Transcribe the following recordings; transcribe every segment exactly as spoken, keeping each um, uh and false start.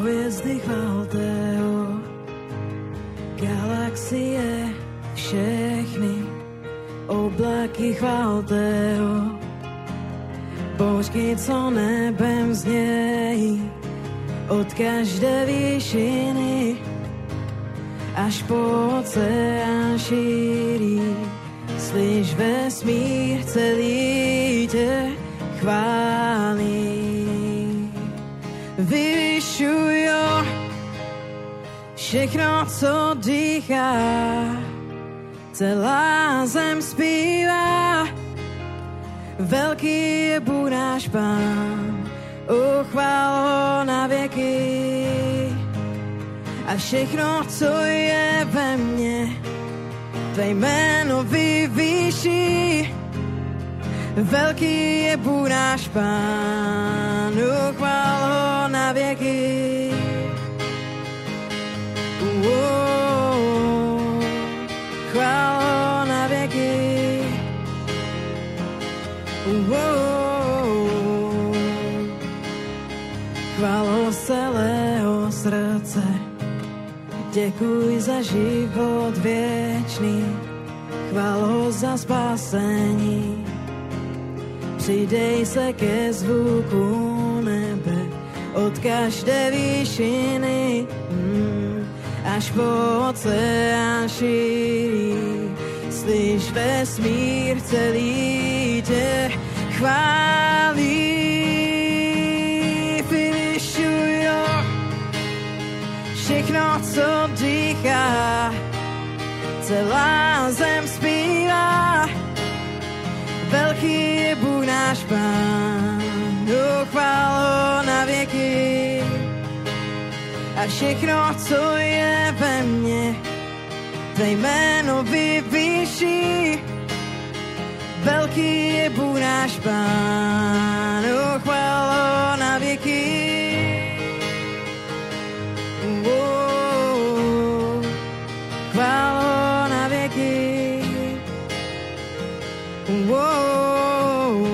hvězdy chválte ho, galaxie všechny, oblaky chválte ho, bouřky, co nebem znějí, od každé výšiny až po oceán šíří. Slyš vesmír celý tě chválí. Vyvyšujo všechno, co dýchá, celá zem zpívá. Velký je Bůh náš Pán, uchvál ho na věky. A všechno, co je ve mně, tvé jméno vyvýší. Velký je Bůh náš Pán, uchvál ho na věky. Oh, chvál ho na věky. Oh, chvál ho z celého srdce. Děkuj za život věčný, chvál ho za spásení. Přidej se ke zvuku nebe, od každé výšiny, mm, až po oceán šíří. Slyš vesmír celý tě chválí. Vyvyšujo všechno, co dýchá, celá zem zpívá. Velký je Bůh náš Pán, uchvál ho na věky. A všechno, co je ve mně, tvé jméno vyvýší. Velký je Bůh náš Pán, uchvál ho na věky. Oh, chvál ho na věky. Oh,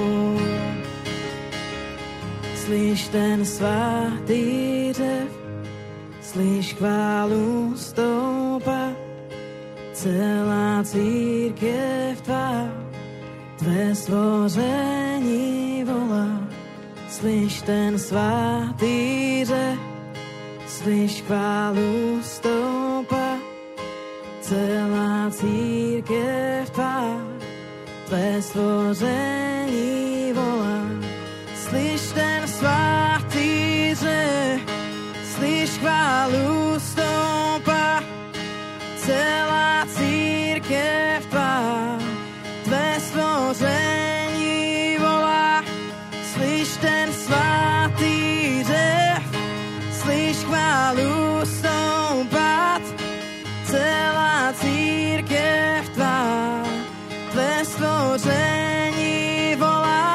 slyš ten svatý řev, slyš chválu stoupat, celá církev tvá, tvé stvoření volá. Slyš ten svatý řev, slyš chválu stoupat, celá církev tvá, tvé stvoření volá. Slyš ten svatý řev, slyš chválu stoupat, celá církev tvá, tvé stvoření volá. Slyš ten svatý řev, slyš chválu stoupat, celá církev tvá, tvé stvoření volá.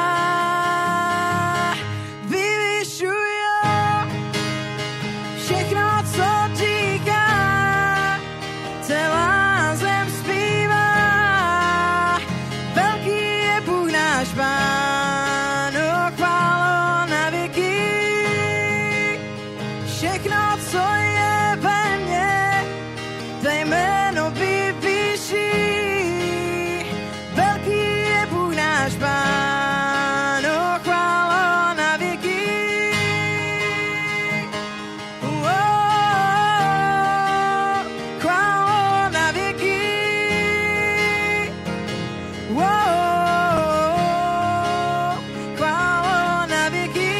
Vyvyšujo všechno, co dýchá, celá zem zpívá. Velký je Bůh náš Pán, uchvál ho na věky. Všechno, co je ve mně, tvé jméno vyvýší. Velký je Bůh náš Pán, uchvál ho na věky. Oh, chvál ho na věky. Oh, chvál ho na věky.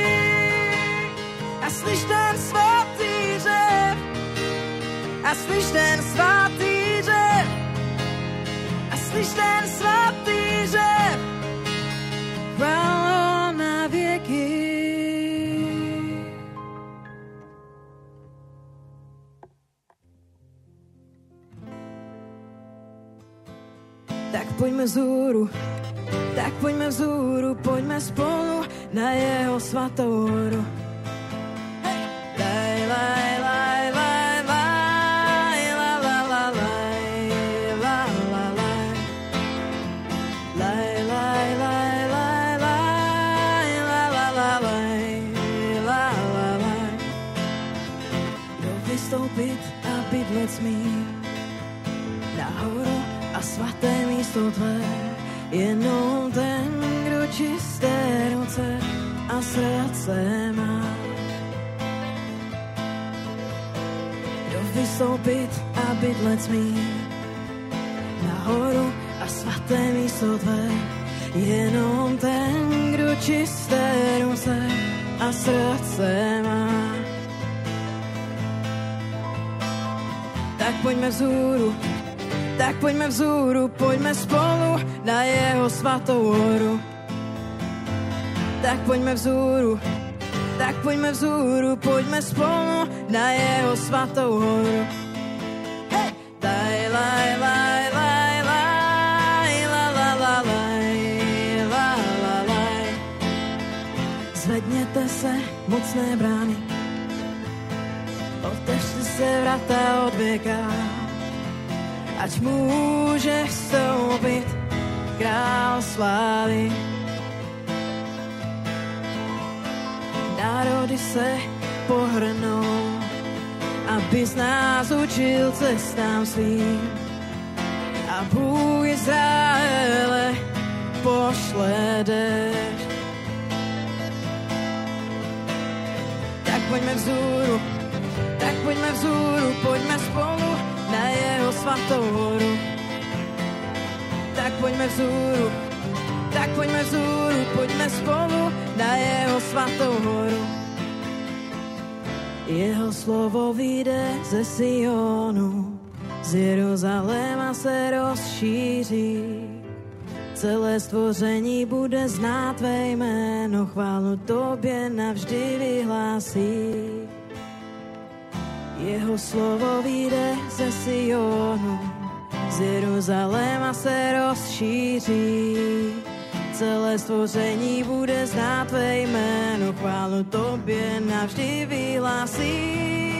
A slyš ten svatý řev, a slyš ten svatý řev, a slyš ten svatý řev, chvál ho na věky. Tak pojďme vzhůru, tak pojďme vzhůru, pojďme spolu na jeho svatou horu. Laj, laj, laj, laj, laj, la, la, la, laj, la, la, laj. Laj, laj, laj, laj, laj, la, la, la, laj, la, la, laj. a svaté místo tvé. Jenom ten, kdo čisté ruce a srdce má. Kdo vystoupit a bydlet smí nahoru a svaté místo tvé. Jenom ten, kdo čisté ruce a srdce má. Tak pojďme vzhůru, tak pojďme vzhůru, pojďme spolu na jeho svatou horu. Tak pojďme vzhůru, tak pojďme vzhůru, pojďme spolu na jeho svatou horu. Hej! Laj, laj, laj, laj, laj, la, la, la, laj, la, la, laj. Zvedněte se, mocné brány, otevřte se vrata od věka, ať může vstoupit král slávy. Národy se pohrnou, aby z nás učil cestám svým. A Bůh Izraele pošle déšť. Tak pojďme vzhůru, tak pojďme vzhůru, pojďme spolu na jeho svatou horu. Tak pojďme vzhůru, tak pojďme vzhůru, pojďme spolu na jeho svatou horu. Jeho slovo vyjde ze Sionu, z Jeruzaléma se rozšíří. Celé stvoření bude znát tvé jméno, chválu tobě navždy vyhlásí. Jeho slovo vyjde ze Sionu, z Jeruzaléma se rozšíří. Celé stvoření bude znát tvé jméno, chválu tobě navždy vyhlásí.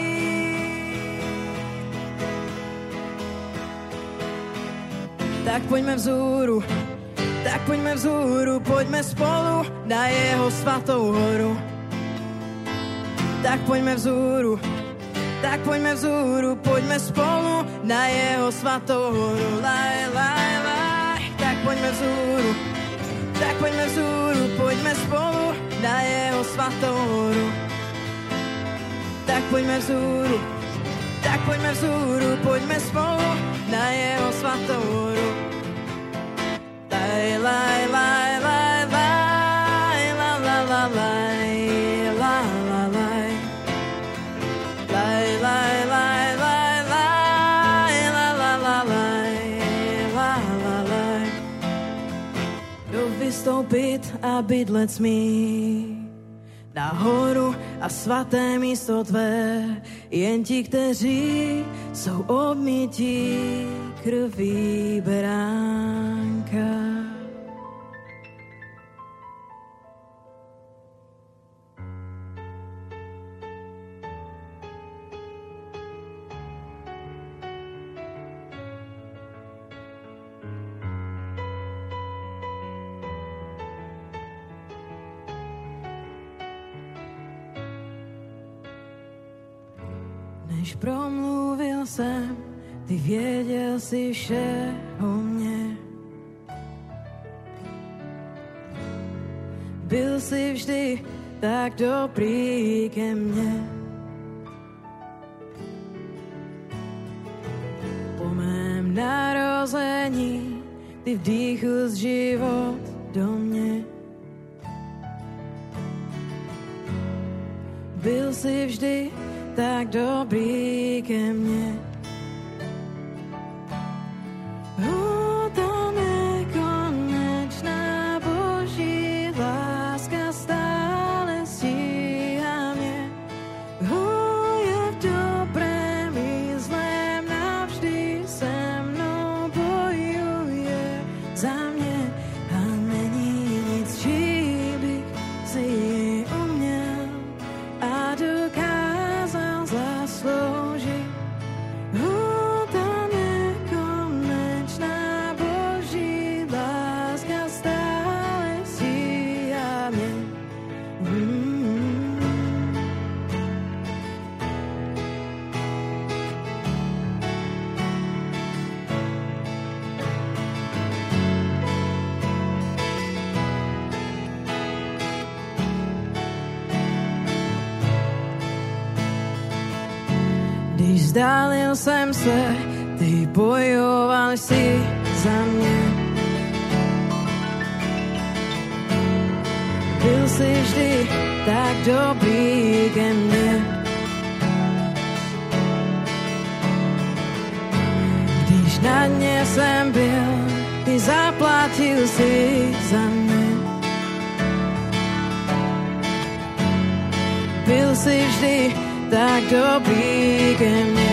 Tak pojďme vzhůru, tak pojďme vzhůru, pojďme spolu na jeho svatou horu. Tak pojďme vzhůru, tak pojďme vzhůru, pojďme spolu na jeho svatou horu. Laj, laj, laj, tak pojďme vzhůru, tak pojďme vzhůru, pojďme spolu na jeho svatou horu. Tak pojďme vzhůru, tak pojďme vzhůru, pojďme spolu na jeho svatou horu. Laj, laj, laj, laj, laj, la, la, la, laj, la, la, laj. Laj, laj, laj, laj, laj, la, la, la, laj, la, la, laj. Kdo vystoupit a bydlet smí nahoru a svaté místo tvé, jen ti, kteří jsou obmytí krví beránka. Než promluvil jsem, ty věděl si vše o mně. Byl jsi vždy tak dobrý ke mně. Po mém narození ty vdýchl život do mě. Byl jsi vždy tak dobrý ke mně. O, ta nekonečná boží láska stále stíhá mě. O, je v dobrém i zlém, navždy se mnou bojuje za mě. A není nic, čím bych si ji uměl a dokázal zasloužit. Když vzdálil jsem se, ty bojoval si za mě. Byl jsi vždy tak dobrý ke mně. Když na dně jsem byl, ty zaplatil si za mě. Byl jsi vždy tak dobrý ke mně.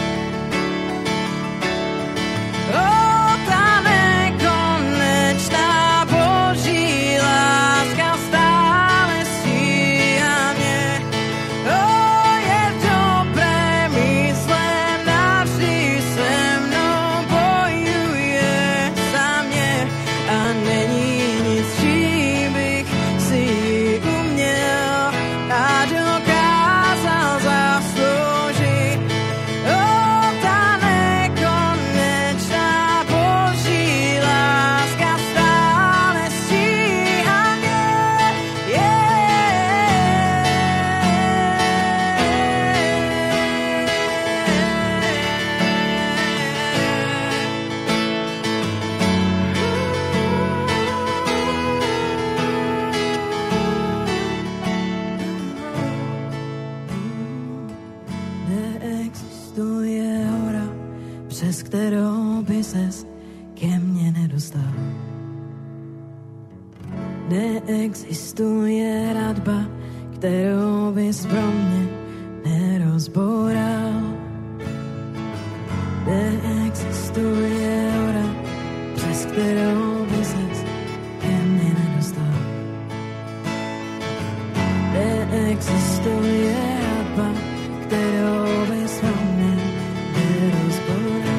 Neexistuje radba, kterou bys pro mě nerozboural. Neexistuje hora, přes kterou by ses ke mně nedostal. Neexistuje radba, kterou bys pro mě nerozboural.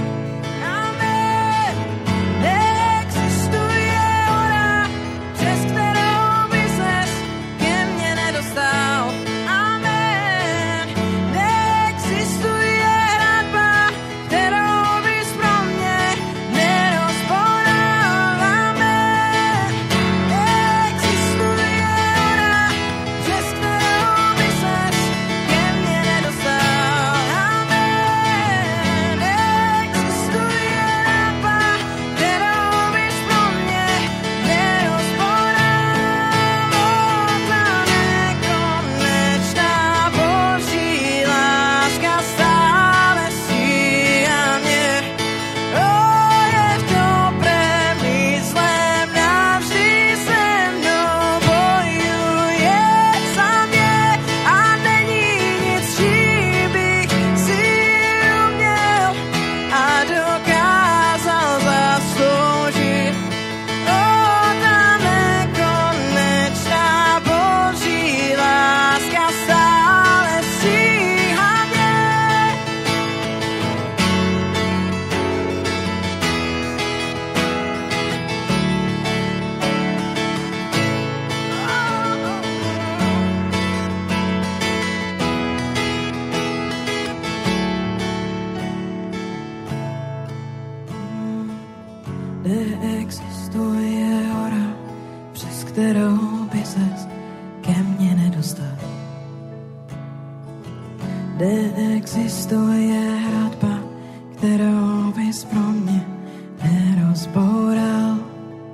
Neexistuje hradba, kterou bys pro mě nerozboural.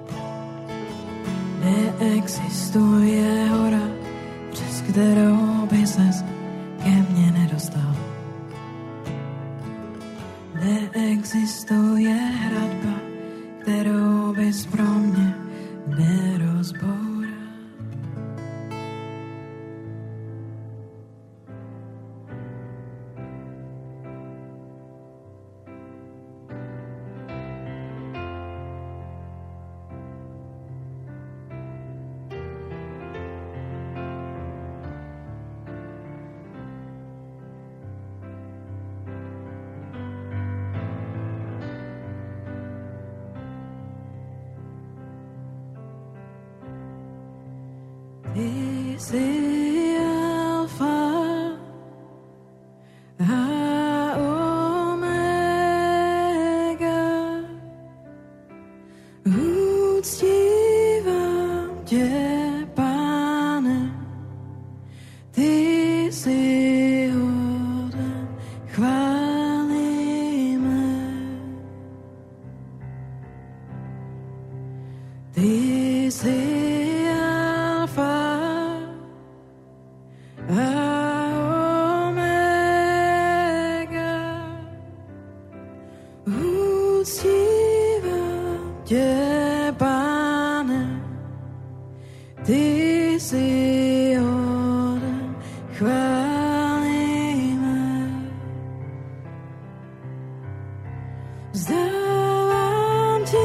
Neexistuje hora, přes kterou by ses ke mně nedostal. Neexistuje hradba, kterou bys pro mě nerozboural. Ty jsi alfa a omega, uctívám tě, Pane, ty jsi hoden chvály. Ty jsi alfa a omega, uctívám tě, Pane, ty jsi hoden chválíme. Vzdávám ti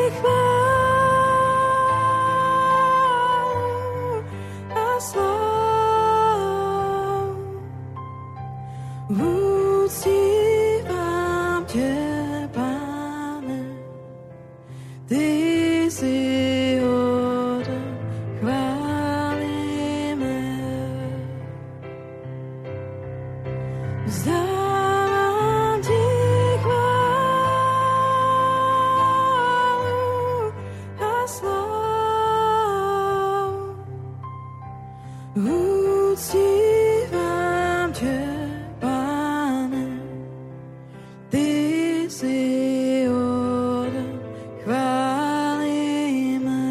chválu a slávu, uctívám tě, Pane, ty jsi hoden chválíme. Vzdávám ti chválu a slávu, uctívám tě, Pane, ty jsi hoden chválíme.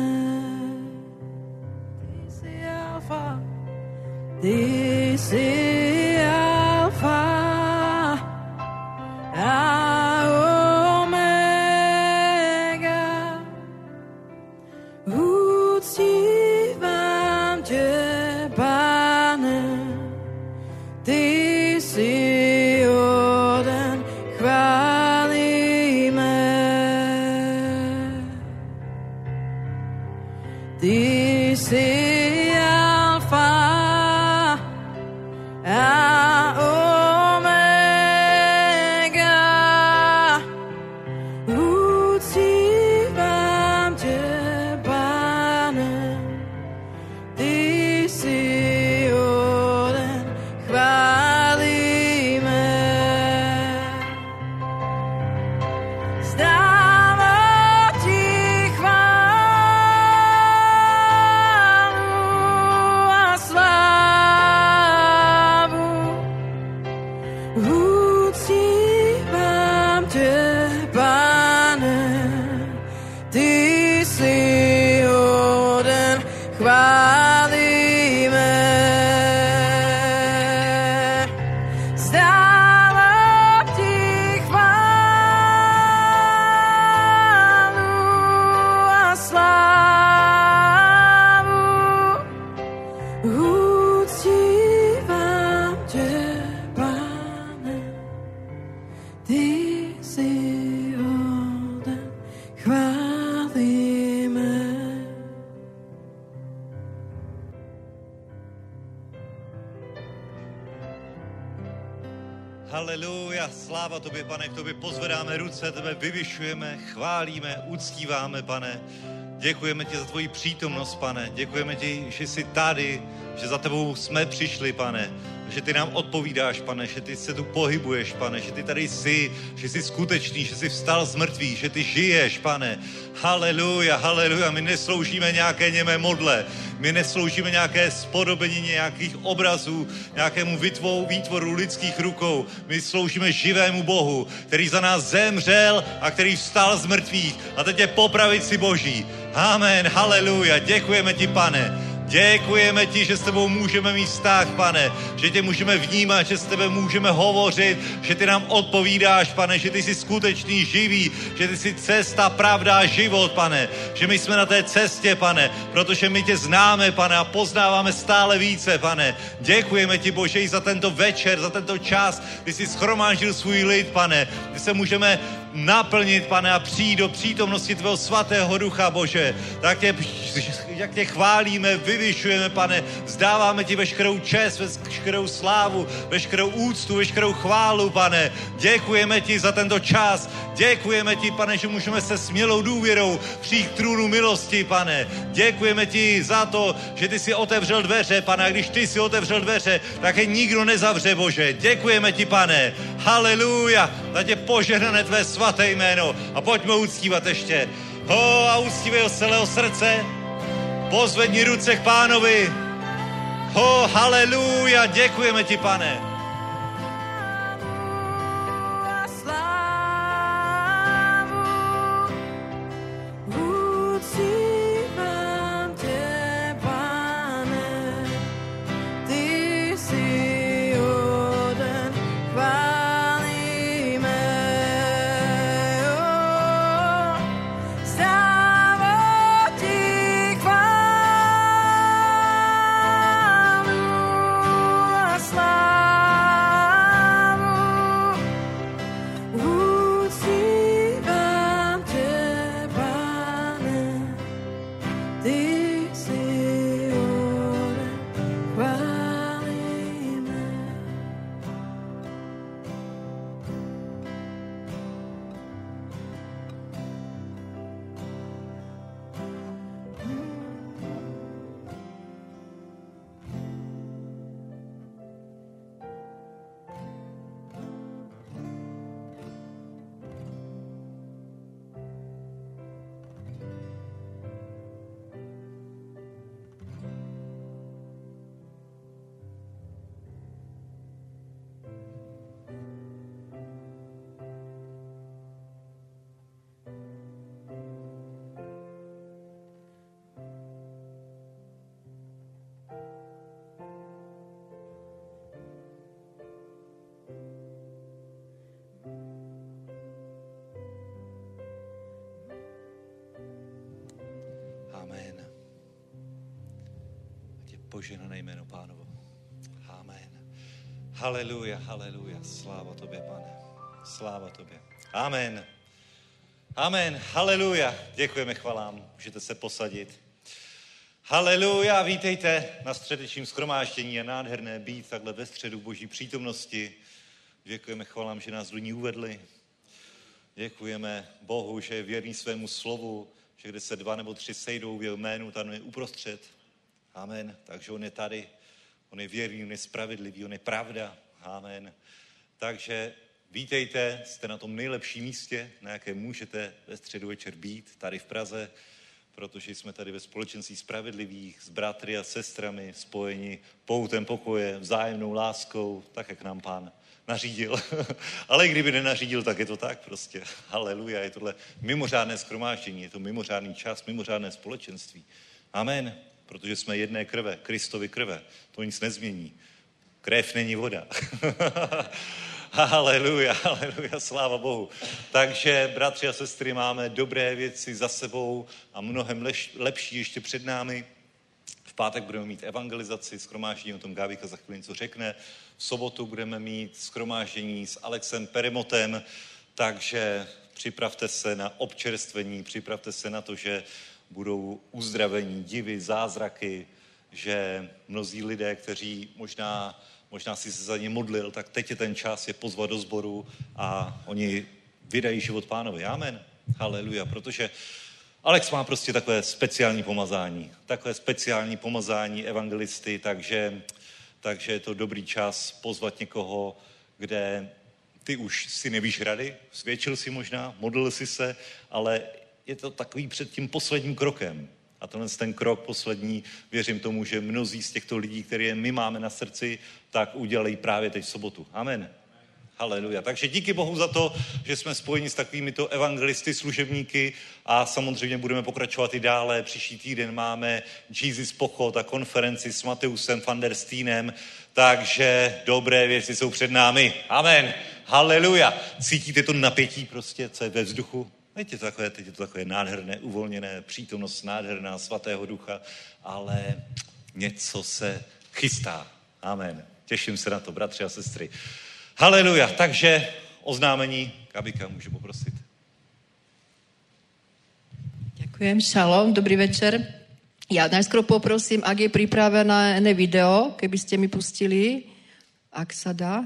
Ty jsi alfa, ty jsi alfa a omega, uctívám tě, Pane, ty jsi hoden chválíme. Ty jsi alfa a omega, uctívám tě, Pane, ty jsi hoden chválíme. Vzdávám ti chválu a slávu, uctívám tě, Pane, ty jsi hoden chválíme. Vzdávám ti chválu a slávu, uctívám tě, Pane, ty jsi hoden chválíme. Haleluja, sláva tobě, Pane, k tobě pozvedáme ruce, tebe vyvyšujeme, chválíme, uctíváme, Pane. Děkujeme ti za tvoji přítomnost, Pane. Děkujeme ti, že jsi tady, že za tebou jsme přišli, Pane. Že ty nám odpovídáš, Pane, že ty se tu pohybuješ, Pane, že ty tady jsi, že jsi skutečný, že jsi vstal z mrtvých, že ty žiješ, Pane. Haleluja, haleluja, my nesloužíme nějaké němé modle, my nesloužíme nějaké spodobení nějakých obrazů, nějakému výtvoru, výtvoru lidských rukou. My sloužíme živému Bohu, který za nás zemřel a který vstal z mrtvých a teď je po pravici Boží. Amen, haleluja, děkujeme ti, Pane. Děkujeme ti, že s tebou můžeme mít vztah, Pane, že tě můžeme vnímat, že s tebe můžeme hovořit, že ty nám odpovídáš, Pane, že ty jsi skutečný, živý, že ty jsi cesta, pravda a život, Pane, že my jsme na té cestě, Pane, protože my tě známe, Pane, a poznáváme stále více, Pane. Děkujeme ti, Bože, i za tento večer, za tento čas, kdy jsi shromáždil svůj lid, Pane, kdy se můžeme naplnit, Pane, a přijít do přítomnosti tvého svatého ducha, Bože. Tak tě, jak tě chválíme, vyvyšujeme, Pane, vzdáváme ti veškerou čest, veškerou slávu, veškerou úctu, veškerou chválu, Pane. Děkujeme ti za tento čas. Děkujeme ti, Pane, že můžeme se smělou důvěrou přijít k trůnu milosti, Pane. Děkujeme ti za to, že ty jsi otevřel dveře, Pane, a když ty jsi otevřel dveře, tak je nikdo nezavře, Bože. Děkujeme ti, Pane. Haleluja. Tak je požehnané tvé svaté jméno. A pojďme uctívat ještě. Ho, a uctívej ho z celého srdce. Pozvedni ruce k Pánovi. Ho, haleluja, děkujeme ti, Pane. Uctívám Požehnané jméno Pánovo. Amen. Haleluja, haleluja. Sláva tobě, pane. Sláva tobě. Amen. Amen. Haleluja. Děkujeme, chvalám. Můžete se posadit. Haleluja. Vítejte na středečním shromáždění. Je nádherné být takhle ve středu Boží přítomnosti. Děkujeme, chvalám, že nás do ní uvedli. Děkujeme Bohu, že je věrný svému slovu, že kde se dva nebo tři sejdou v jeho jménu, tam je uprostřed. Amen. Takže on je tady. On je věrný, on je spravedlivý, on je pravda. Amen. Takže vítejte, jste na tom nejlepším místě, na jakém můžete ve středu večer být, tady v Praze, protože jsme tady ve společenství spravedlivých, s bratry a sestrami, spojeni poutem pokoje, vzájemnou láskou, tak, jak nám Pán nařídil. Ale i kdyby nenařídil, tak je to tak prostě. Haleluja, je tohle mimořádné shromáždění, je to mimořádný čas, mimořádné společenství. Amen. Protože jsme jedné krve, Kristovy krve. To nic nezmění. Krev není voda. Haleluja, haleluja, sláva Bohu. Takže, bratři a sestry, máme dobré věci za sebou a mnohem leš, lepší ještě před námi. V pátek budeme mít evangelizaci, shromáždění, o tom Gabika za chvíli něco řekne. V sobotu budeme mít shromáždění s Alexem Perimotem, takže připravte se na občerstvení, připravte se na to, že budou uzdravení, divy, zázraky, že mnozí lidé, kteří možná, možná si se za ně modlil, tak teď je ten čas je pozvat do sboru a oni vydají život Pánovi. Amen. Haleluja, protože Alex má prostě takové speciální pomazání, takové speciální pomazání evangelisty, takže, takže je to dobrý čas pozvat někoho, kde ty už si nevíš rady, svědčil si možná, modlil si se, ale je to takový před tím posledním krokem. A tenhle ten krok poslední, věřím tomu, že mnozí z těchto lidí, které my máme na srdci, tak udělají právě teď v sobotu. Amen. Haleluja. Takže díky Bohu za to, že jsme spojeni s takovýmito evangelisty, služebníky a samozřejmě budeme pokračovat i dále. Příští týden máme Jesus Pochod a konferenci s Mateusem van der Steinem, takže dobré věci jsou před námi. Amen. Haleluja. Cítíte to napětí prostě, co je ve vzduchu? Teď je to takové, teď je to takové nádherné, uvolněné, přítomnost nádherná svatého ducha, ale něco se chystá. Amen. Těším se na to, bratři a sestry. Haleluja. Takže oznámení. Gabika, můžu poprosit. Ďakujem. Šalom, dobrý večer. Ja najskôr poprosím, ak je pripravené video, keby ste mi pustili, ak sa dá.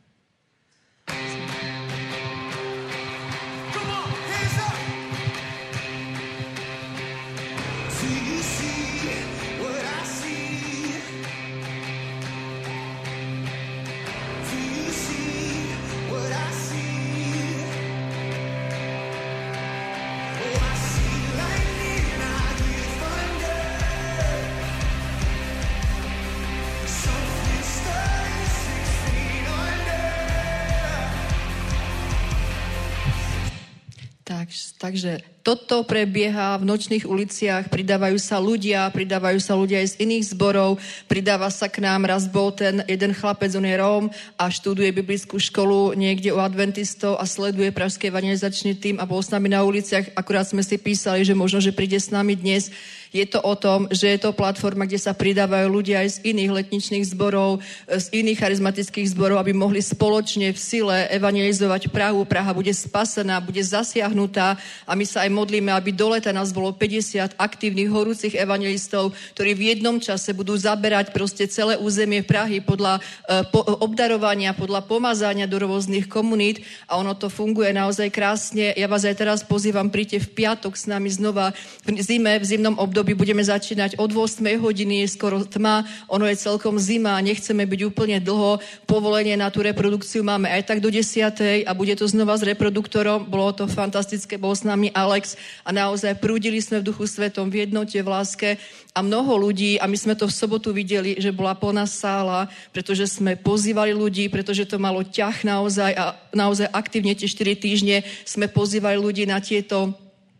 Takže toto prebieha v nočných uliciach, pridávajú sa ľudia, pridávajú sa ľudia aj z iných zborov, pridáva sa k nám, raz bol ten jeden chlapec, on je Róm a študuje biblickú školu niekde u adventistov a sleduje pražský evangelizačný tím a bol s nami na uliciach, akurát sme si písali, že možno, že príde s nami dnes. Je to o tom, že je to platforma, kde sa pridávajú ľudia aj z iných letničných zborov, z iných charizmatických zborov, aby mohli spoločne v sile evangelizovať Prahu. Praha bude spasená, bude zasiahnutá a my sa aj modlíme, aby do leta nás bolo päťdesiat aktívnych horúcich evangelistov, ktorí v jednom čase budú zaberať proste celé územie Prahy podľa uh, po, obdarovania, podľa pomazania do rôznych komunít a ono to funguje naozaj krásne. Ja vás aj teraz pozývam, príďte v piatok s nami znova v zime, v zimnom období budeme začínať od ôsmej hodiny, je skoro tma, ono je celkom zima, nechceme byť úplne dlho, povolenie na tú reprodukciu máme aj tak do desiatej a bude to znova s reproduktorom, bolo to fantastické, bol s nami Alex a naozaj prúdili sme v duchu svetom, v jednote, v láske a mnoho ľudí, a my sme to v sobotu videli, že bola plná sála, pretože sme pozývali ľudí, pretože to malo ťah naozaj a naozaj aktívne tie štyri týždne sme pozývali ľudí na tieto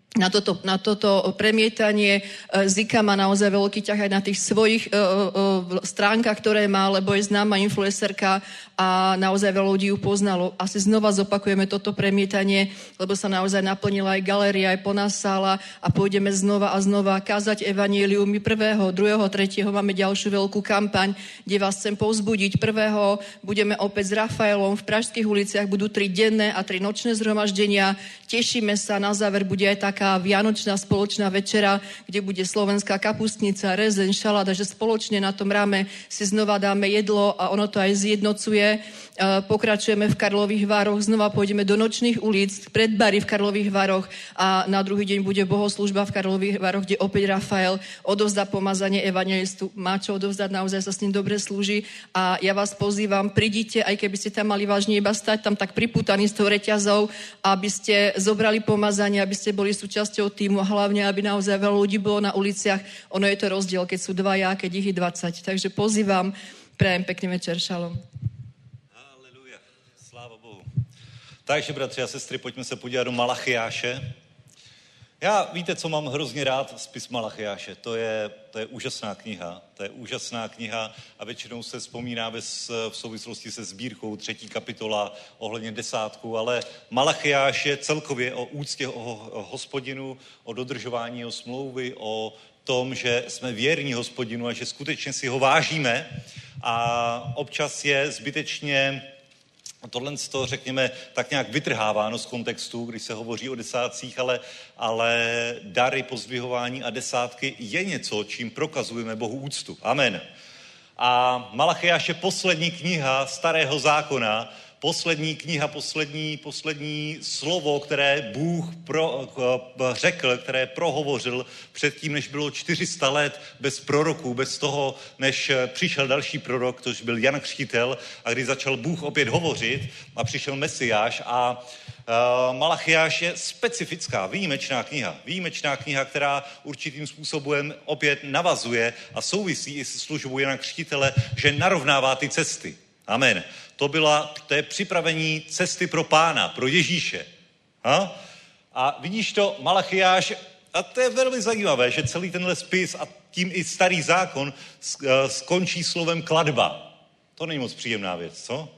na toto, na toto premietanie. Zika má naozaj veľký ťah aj na tých svojich uh, uh, stránkach, ktoré má, lebo je známa influencerka a naozaj veľa ľudí ju poznalo. Asi znova zopakujeme toto premietanie, lebo sa naozaj naplnila aj galéria, aj plná sála a pôjdeme znova a znova kázať evanjelium. My prvého, druhého, tretieho máme ďalšiu veľkú kampaň, kde vás chcem povzbudiť. Prvého budeme opäť s Rafaelom v Pražských uliciach, budú tri denné a tri nočné zhromaždenia. Tešíme sa, na záver bude aj taká vianočná spoločná večera, kde bude slovenská kapustnica, rezeň, šaláda, že spoločne na tom ráme si znova dáme jedlo a ono to aj zjednocuje. Pokračujeme v Karlových Vároch, znova pôjdeme do nočných ulic, pred bary v Karlových Vároch a na druhý deň bude bohoslúžba v Karlových Vároch, kde opäť Rafael odovzdá pomazanie evanjelistu. Má čo odovzdať, naozaj sa s ním dobre slúži a ja vás pozývam, prídite, aj keby ste tam mali vážne iba stať tam tak pripútaní s tou reťazou, aby ste zobrali pomazanie, aby ste boli súčasťou týmu a hlavne, aby naozaj veľa ľudí bolo na uliciach. Ono je to rozdiel, keď sú dvaja, keď ich je dvadsať. Takže pozývam, prajem pekný večer, šalom. Haleluja, sláva Bohu. Takže, bratři a sestry, pojďme se podívat do Malachiáše. Já, víte, co mám hrozně rád? Spis Malachiáše. To je, to je úžasná kniha. To je úžasná kniha a většinou se vzpomíná bez, v souvislosti se sbírkou třetí kapitola ohledně desátku, ale Malachiáš je celkově o úctě o, o Hospodinu, o dodržování jeho smlouvy, o tom, že jsme věrní Hospodinu a že skutečně si ho vážíme a občas je zbytečně tohle to, řekněme, tak nějak vytrháváno z kontextu, když se hovoří o desátcích, ale, ale dary, pozdvihování a desátky je něco, čím prokazujeme Bohu úctu. Amen. A Malachiáš je poslední kniha Starého zákona, poslední kniha, poslední, poslední slovo, které Bůh pro, řekl, které prohovořil předtím, než bylo čtyři sta let bez proroků, bez toho, než přišel další prorok, což byl Jan Křtitel, a když začal Bůh opět hovořit a přišel Mesiáš a uh, Malachiáš je specifická, výjimečná kniha, výjimečná kniha, která určitým způsobem opět navazuje a souvisí i se službou Jana Křtitele, že narovnává ty cesty. Amen. To, byla, to je připravení cesty pro Pána, pro Ježíše. Ha? A vidíš to, Malachiáš, a to je velmi zajímavé, že celý tenhle spis a tím i starý zákon skončí slovem kladba. To není moc příjemná věc, co?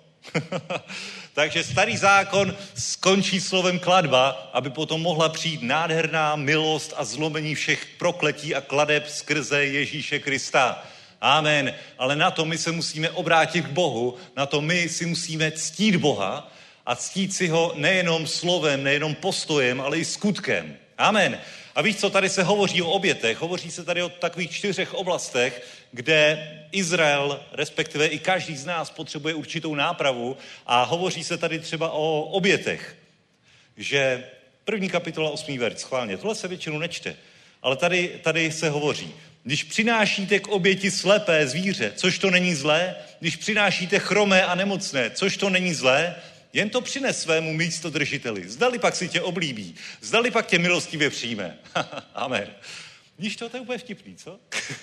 Takže starý zákon skončí slovem kladba, aby potom mohla přijít nádherná milost a zlomení všech prokletí a kladeb skrze Ježíše Krista. Amen. Ale na to my se musíme obrátit k Bohu, na to my si musíme ctít Boha a ctít si ho nejenom slovem, nejenom postojem, ale i skutkem. Amen. A víš co, tady se hovoří o obětech, hovoří se tady o takových čtyřech oblastech, kde Izrael, respektive i každý z nás potřebuje určitou nápravu a hovoří se tady třeba o obětech, že první kapitola osmý verš, schválně, tohle se většinou nečte, ale tady, tady se hovoří, když přinášíte k oběti slepé zvíře, což to není zlé, když přinášíte chromé a nemocné, což to není zlé, jen to přines svému místodržiteli. Zdali pak si tě oblíbí, zdali pak tě milostivě přijme. Amen. Víš to, to je úplně vtipný, co?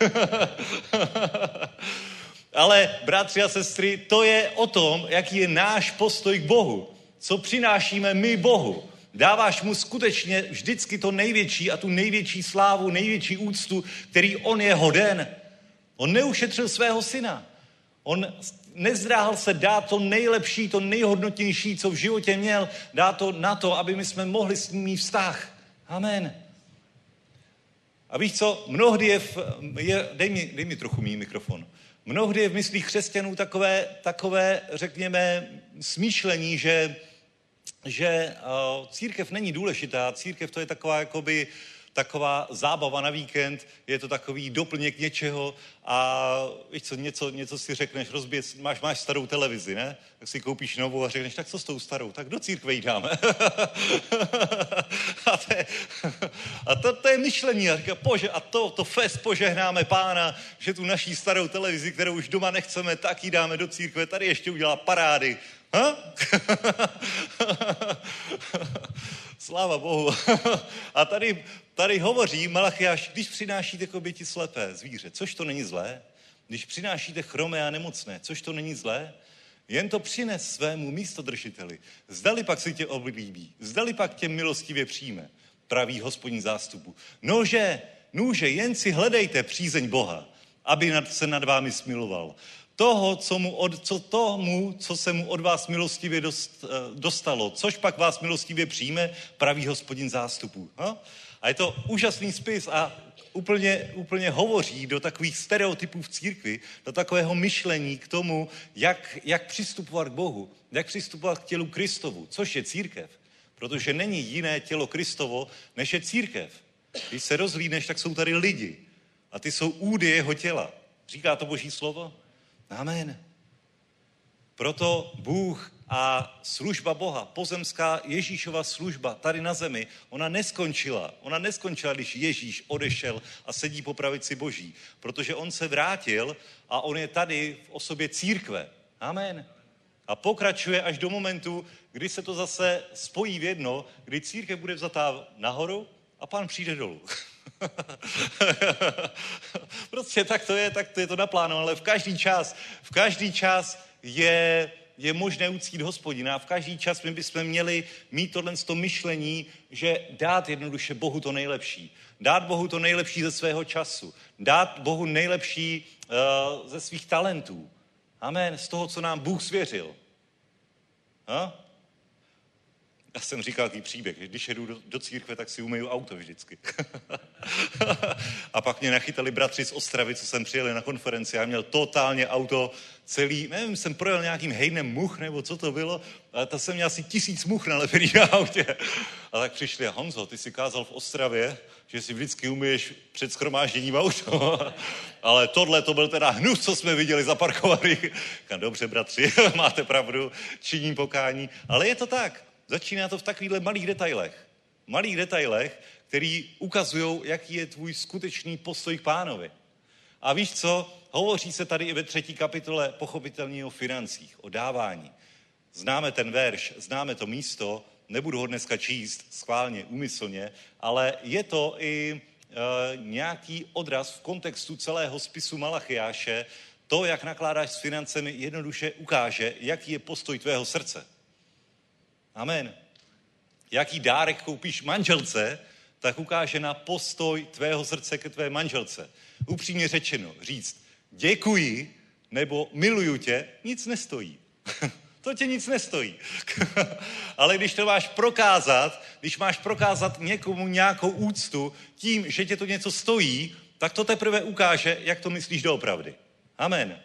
Ale, bratři a sestry, to je o tom, jaký je náš postoj k Bohu. Co přinášíme my Bohu. Dáváš mu skutečně vždycky to největší a tu největší slávu, největší úctu, který on je hoden. On neušetřil svého syna. On nezdráhal se dát to nejlepší, to nejhodnotnější, co v životě měl, dát to na to, aby my jsme mohli s ním mít vztah. Amen. A víš co, mnohdy je, v, je dej, mi, dej mi trochu mý mikrofon, mnohdy je v myslích křesťanů takové, takové, řekněme, smýšlení, že že uh, církev není důležitá, církev to je taková jakoby taková zábava na víkend, je to takový doplněk něčeho a víš co, něco, něco si řekneš, rozbět, máš, máš starou televizi, ne? Tak si koupíš novou a řekneš, tak co s tou starou? Tak do církve jí dáme. a to je, a to, to je myšlení a říká, pože, a to, to fest požehnáme Pána, že tu naší starou televizi, kterou už doma nechceme, tak ji dáme do církve, tady ještě udělá parády. Ha? Sláva Bohu. A tady, tady hovoří Malachiáš, když přinášíte k oběti slepé zvíře, což to není zlé, když přinášíte chromé a nemocné, což to není zlé, jen to přines svému místodržiteli. Zdali pak si tě oblíbí, zdali pak tě milostivě přijme. praví Hospodin zástupu. Nože, nůže, jen si hledejte přízeň Boha, aby nad, se nad vámi smiloval. Toho, co, mu od, co tomu, co se mu od vás milostivě dost, dostalo, což pak vás milostivě přijme, praví Hospodin zástupů. Ha? A je to úžasný spis a úplně, úplně hovoří do takových stereotypů v církvi, do takového myšlení k tomu, jak, jak přistupovat k Bohu, jak přistupovat k tělu Kristovu, což je církev. Protože není jiné tělo Kristovo, než je církev. Když se rozhlídneš, tak jsou tady lidi. A ty jsou údy jeho těla. Říká to Boží slovo? Amen. Proto Bůh a služba Boha, pozemská Ježíšova služba tady na zemi, ona neskončila. Ona neskončila, když Ježíš odešel a sedí po pravici Boží. Protože on se vrátil a on je tady v osobě církve. Amen. A pokračuje až do momentu, kdy se to zase spojí v jedno, kdy církev bude vzatá nahoru a Pán přijde dolů. Prostě tak to je, tak to je to naplánováno, ale v každý čas, v každý čas je, je možné uctít Hospodina a v každý čas my bychom měli mít tohle myšlení, že dát jednoduše Bohu to nejlepší. Dát Bohu to nejlepší ze svého času. Dát Bohu nejlepší uh, ze svých talentů. Amen. Z toho, co nám Bůh svěřil. Ha? Já jsem říkal takový příběh, že když jedu do, do církve, tak si umyju auto vždycky. A pak mě nachytali bratři z Ostravy, co jsem přijeli na konferenci. Já měl totálně auto celý, nevím, jsem projel nějakým hejnem much, nebo co to bylo, ale to jsem měl asi tisíc much nalepený na autě. A tak přišli a Honzo, ty si kázal v Ostravě, že si vždycky umyješ před shromážděním auto. Ale tohle to byl teda hnus, co jsme viděli zaparkovaný. Dobře, bratři, máte pravdu, činím pokání. Ale je to tak. Začíná to v takovýchhle malých detailech. Malých detailech, který ukazují, jaký je tvůj skutečný postoj k Pánovi. A víš co? Hovoří se tady i ve třetí kapitole pochopitelně o financích, o dávání. Známe ten verš, známe to místo, nebudu ho dneska číst schválně, úmyslně, ale je to i e, nějaký odraz v kontextu celého spisu Malachiáše. To, jak nakládáš s financemi, jednoduše ukáže, jaký je postoj tvého srdce. Amen. Jaký dárek koupíš manželce, tak ukáže na postoj tvého srdce ke tvé manželce. Upřímně řečeno, říct děkuji nebo miluju tě, nic nestojí. To tě nic nestojí. Ale když to máš prokázat, když máš prokázat někomu nějakou úctu tím, že tě to něco stojí, tak to teprve ukáže, jak to myslíš doopravdy. Amen.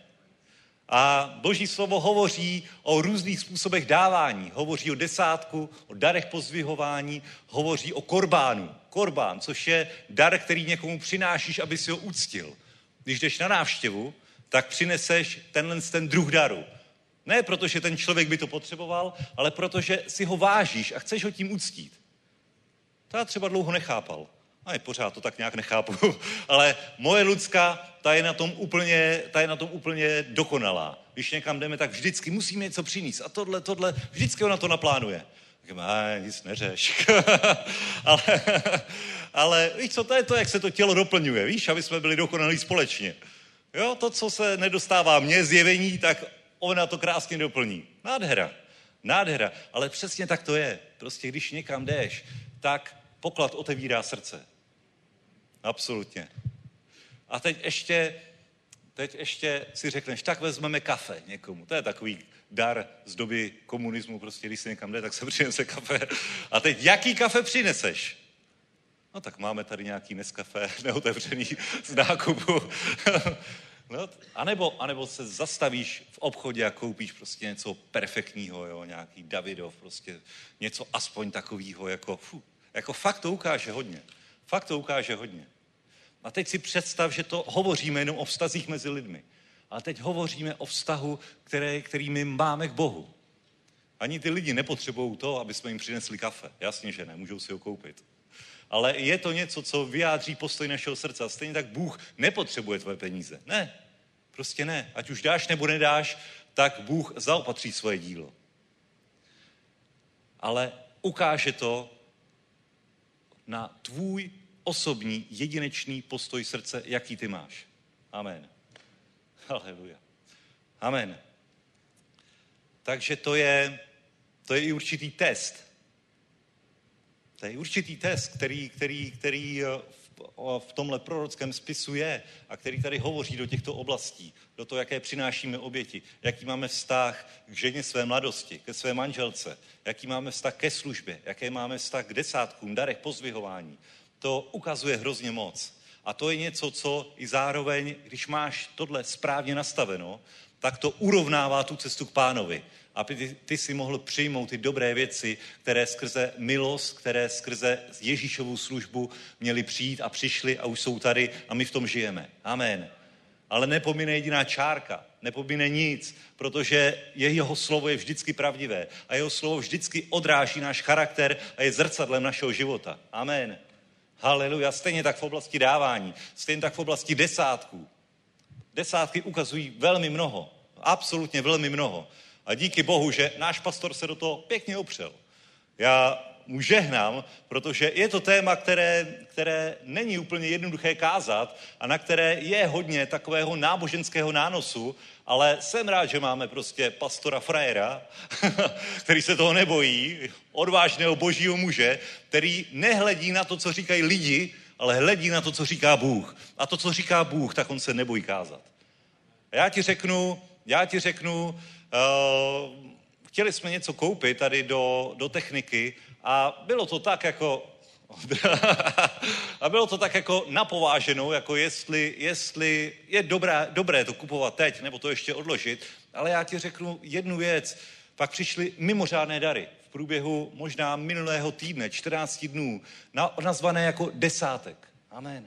A Boží slovo hovoří o různých způsobech dávání. Hovoří o desátku, o darech pozdvihování, hovoří o korbánu. Korbán, což je dar, který někomu přinášíš, aby si ho uctil. Když jdeš na návštěvu, tak přineseš tenhle ten druh daru. Ne protože ten člověk by to potřeboval, ale protože si ho vážíš a chceš ho tím uctít. To já třeba dlouho nechápal. A pořád to tak nějak nechápu. Ale moje Lucka, ta je na tom úplně, ta je na tom úplně dokonalá. Když někam jdeme, tak vždycky musíme něco přinést. A tohle, tohle, vždycky ona to naplánuje. Tak a nic neřeš. ale, ale víš co, to je to, jak se to tělo doplňuje. Víš, aby jsme byli dokonalí společně. Jo, to, co se nedostává mně zjevení, tak ona to krásně doplní. Nádhera. Nádhera. Ale přesně tak to je. Prostě když někam jdeš, tak poklad otevírá srdce. Absolutně. A teď ještě, teď ještě si řekneš, tak vezmeme kafe někomu. To je takový dar z doby komunismu, prostě když se někam jde, tak se přinese kafe. A teď jaký kafe přineseš? No tak máme tady nějaký Nescafé neotevřený z nákupu. No, anebo, anebo se zastavíš v obchodě a koupíš prostě něco perfektního, jo, nějaký Davidov, prostě něco aspoň takového, jako, fu, jako fakt to ukáže hodně. Fakt to ukáže hodně. A teď si představ, že to hovoříme jenom o vztazích mezi lidmi. Ale teď hovoříme o vztahu, které, který my máme k Bohu. Ani ty lidi nepotřebují to, aby jsme jim přinesli kafe. Jasně, že ne, můžou si ho koupit. Ale je to něco, co vyjádří postoj našeho srdce. A stejně tak Bůh nepotřebuje tvoje peníze. Ne, prostě ne. Ať už dáš nebo nedáš, tak Bůh zaopatří svoje dílo. Ale ukáže to na tvůj osobní, jedinečný postoj srdce, jaký ty máš. Amen. Haleluja. Amen. Takže to je, to je i určitý test. To je určitý test, který, který, který v, v tomhle prorockém spisu je a který tady hovoří do těchto oblastí, do toho, jaké přinášíme oběti, jaký máme vztah k ženě své mladosti, ke své manželce, jaký máme vztah ke službě, jaký máme vztah k desátkům, darech, pozdvihování. To ukazuje hrozně moc. A to je něco, co i zároveň, když máš tohle správně nastaveno, tak to urovnává tu cestu k Pánovi. Aby ty, ty si mohl přijmout ty dobré věci, které skrze milost, které skrze Ježíšovu službu měly přijít a přišly a už jsou tady a my v tom žijeme. Amen. Ale nepomíne jediná čárka, nepomíne nic, protože jeho slovo je vždycky pravdivé a jeho slovo vždycky odráží náš charakter a je zrcadlem našeho života. Amen. Haleluja. Stejně tak v oblasti dávání, stejně tak v oblasti desátků. Desátky ukazují velmi mnoho, absolutně velmi mnoho. A díky Bohu, že náš pastor se do toho pěkně opřel. Já mu žehnám, protože je to téma, které, které není úplně jednoduché kázat a na které je hodně takového náboženského nánosu, ale jsem rád, že máme prostě pastora frajera, který se toho nebojí, odvážného božího muže, který nehledí na to, co říkají lidi, ale hledí na to, co říká Bůh. A to, co říká Bůh, tak on se nebojí kázat. A já ti řeknu, já ti řeknu, uh, chtěli jsme něco koupit tady do, do techniky a bylo to tak jako a bylo to tak jako napováženou, jako jestli, jestli je dobré, dobré to kupovat teď, nebo to ještě odložit, ale já ti řeknu jednu věc, pak přišly mimořádné dary v průběhu možná minulého týdne, čtrnáct dnů, nazvané jako desátek. Amen.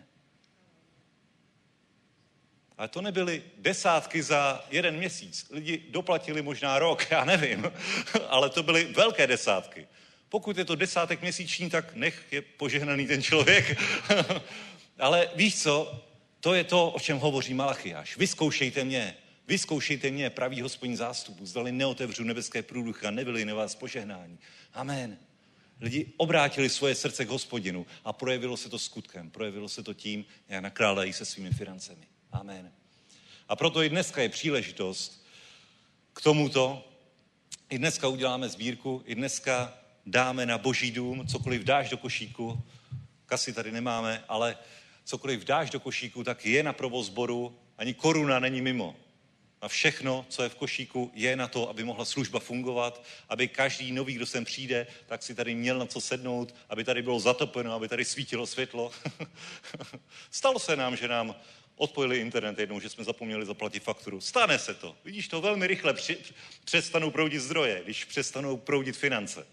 Ale to nebyly desátky za jeden měsíc. Lidi doplatili možná rok, já nevím, ale to byly velké desátky. Pokud je to desátek měsíční, tak nech je požehnaný ten člověk. Ale víš co, to je to, o čem hovoří Malachiáš. Vyzkoušejte mě, vyzkoušejte mě, pravý Hospodin zástupu, zdali neotevřu nebeské průduchy a nebyli na vás požehnání. Amen. Lidi obrátili svoje srdce k Hospodinu a projevilo se to skutkem, projevilo se to tím, jak nakládají se svými financemi. Amen. A proto i dneska je příležitost k tomuto. I dneska uděláme sbírku, i dneska dáme na Boží dům, cokoliv dáš do košíku, kasy tady nemáme, ale cokoliv dáš do košíku, tak je na provoz sboru, ani koruna není mimo. A všechno, co je v košíku, je na to, aby mohla služba fungovat, aby každý nový, kdo sem přijde, tak si tady měl na co sednout, aby tady bylo zatopeno, aby tady svítilo světlo. Stalo se nám, že nám odpojili internet jednou, že jsme zapomněli zaplatit fakturu. Stane se to. Vidíš, to velmi rychle při, přestanou proudit zdroje, když přestanou proudit finance.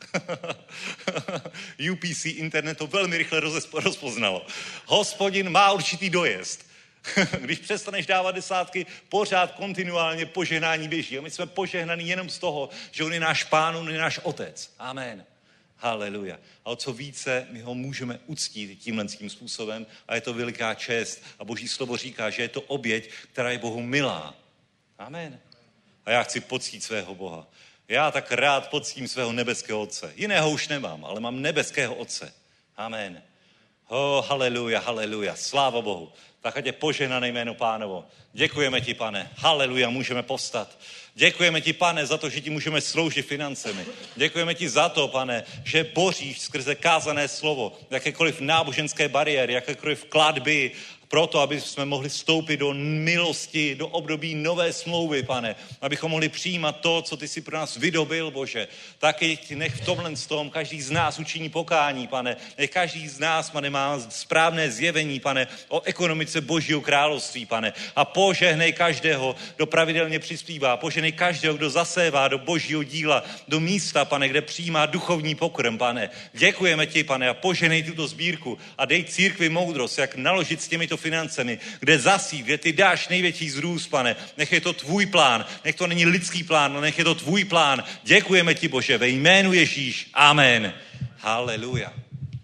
U P C internet to velmi rychle rozpoznalo. Hospodin má určitý dojezd. Když přestaneš dávat desátky, pořád kontinuálně požehnání běží. A my jsme požehnaní jenom z toho, že on je náš Pán, on je náš Otec. Amen. Haleluja. A o co více my ho můžeme uctít tímhle tím způsobem a je to veliká čest. A Boží slovo říká, že je to oběť, která je Bohu milá. Amen. A já chci poctít svého Boha. Já tak rád poctím svého nebeského Otce. Jiného už nemám, ale mám nebeského Otce. Amen. Oh, haleluja, haleluja. Sláva Bohu. Tak ať je požehnané jméno Pánovo. Děkujeme ti, Pane. Haleluja, můžeme povstat. Děkujeme ti, Pane, za to, že ti můžeme sloužit financemi. Děkujeme ti za to, Pane, že boříš skrze kázané slovo, jakékoliv náboženské bariéry, jakékoliv kladby, proto, aby jsme mohli vstoupit do milosti, do období nové smlouvy, Pane. Abychom mohli přijímat to, co ty jsi pro nás vydobil, Bože. Taky nech v tomhle z tom každý z nás učiní pokání, Pane. Nech každý z nás, Pane, má správné zjevení, Pane, o ekonomice Božího království, Pane. A požehnej každého, kdo pravidelně přispívá. Požehnej každého, kdo zasévá do Božího díla, do místa, Pane, kde přijímá duchovní pokrm, Pane. Děkujeme ti, Pane, a požehnej tuto sbírku a dej církvi moudrost, jak naložit s těmito financemi, kde zasít, kde ty dáš největší zrůst, Pane. Nech je to tvůj plán, nech to není lidský plán, ale nech je to tvůj plán. Děkujeme ti, Bože, ve jménu Ježíš. Amen. Haleluja.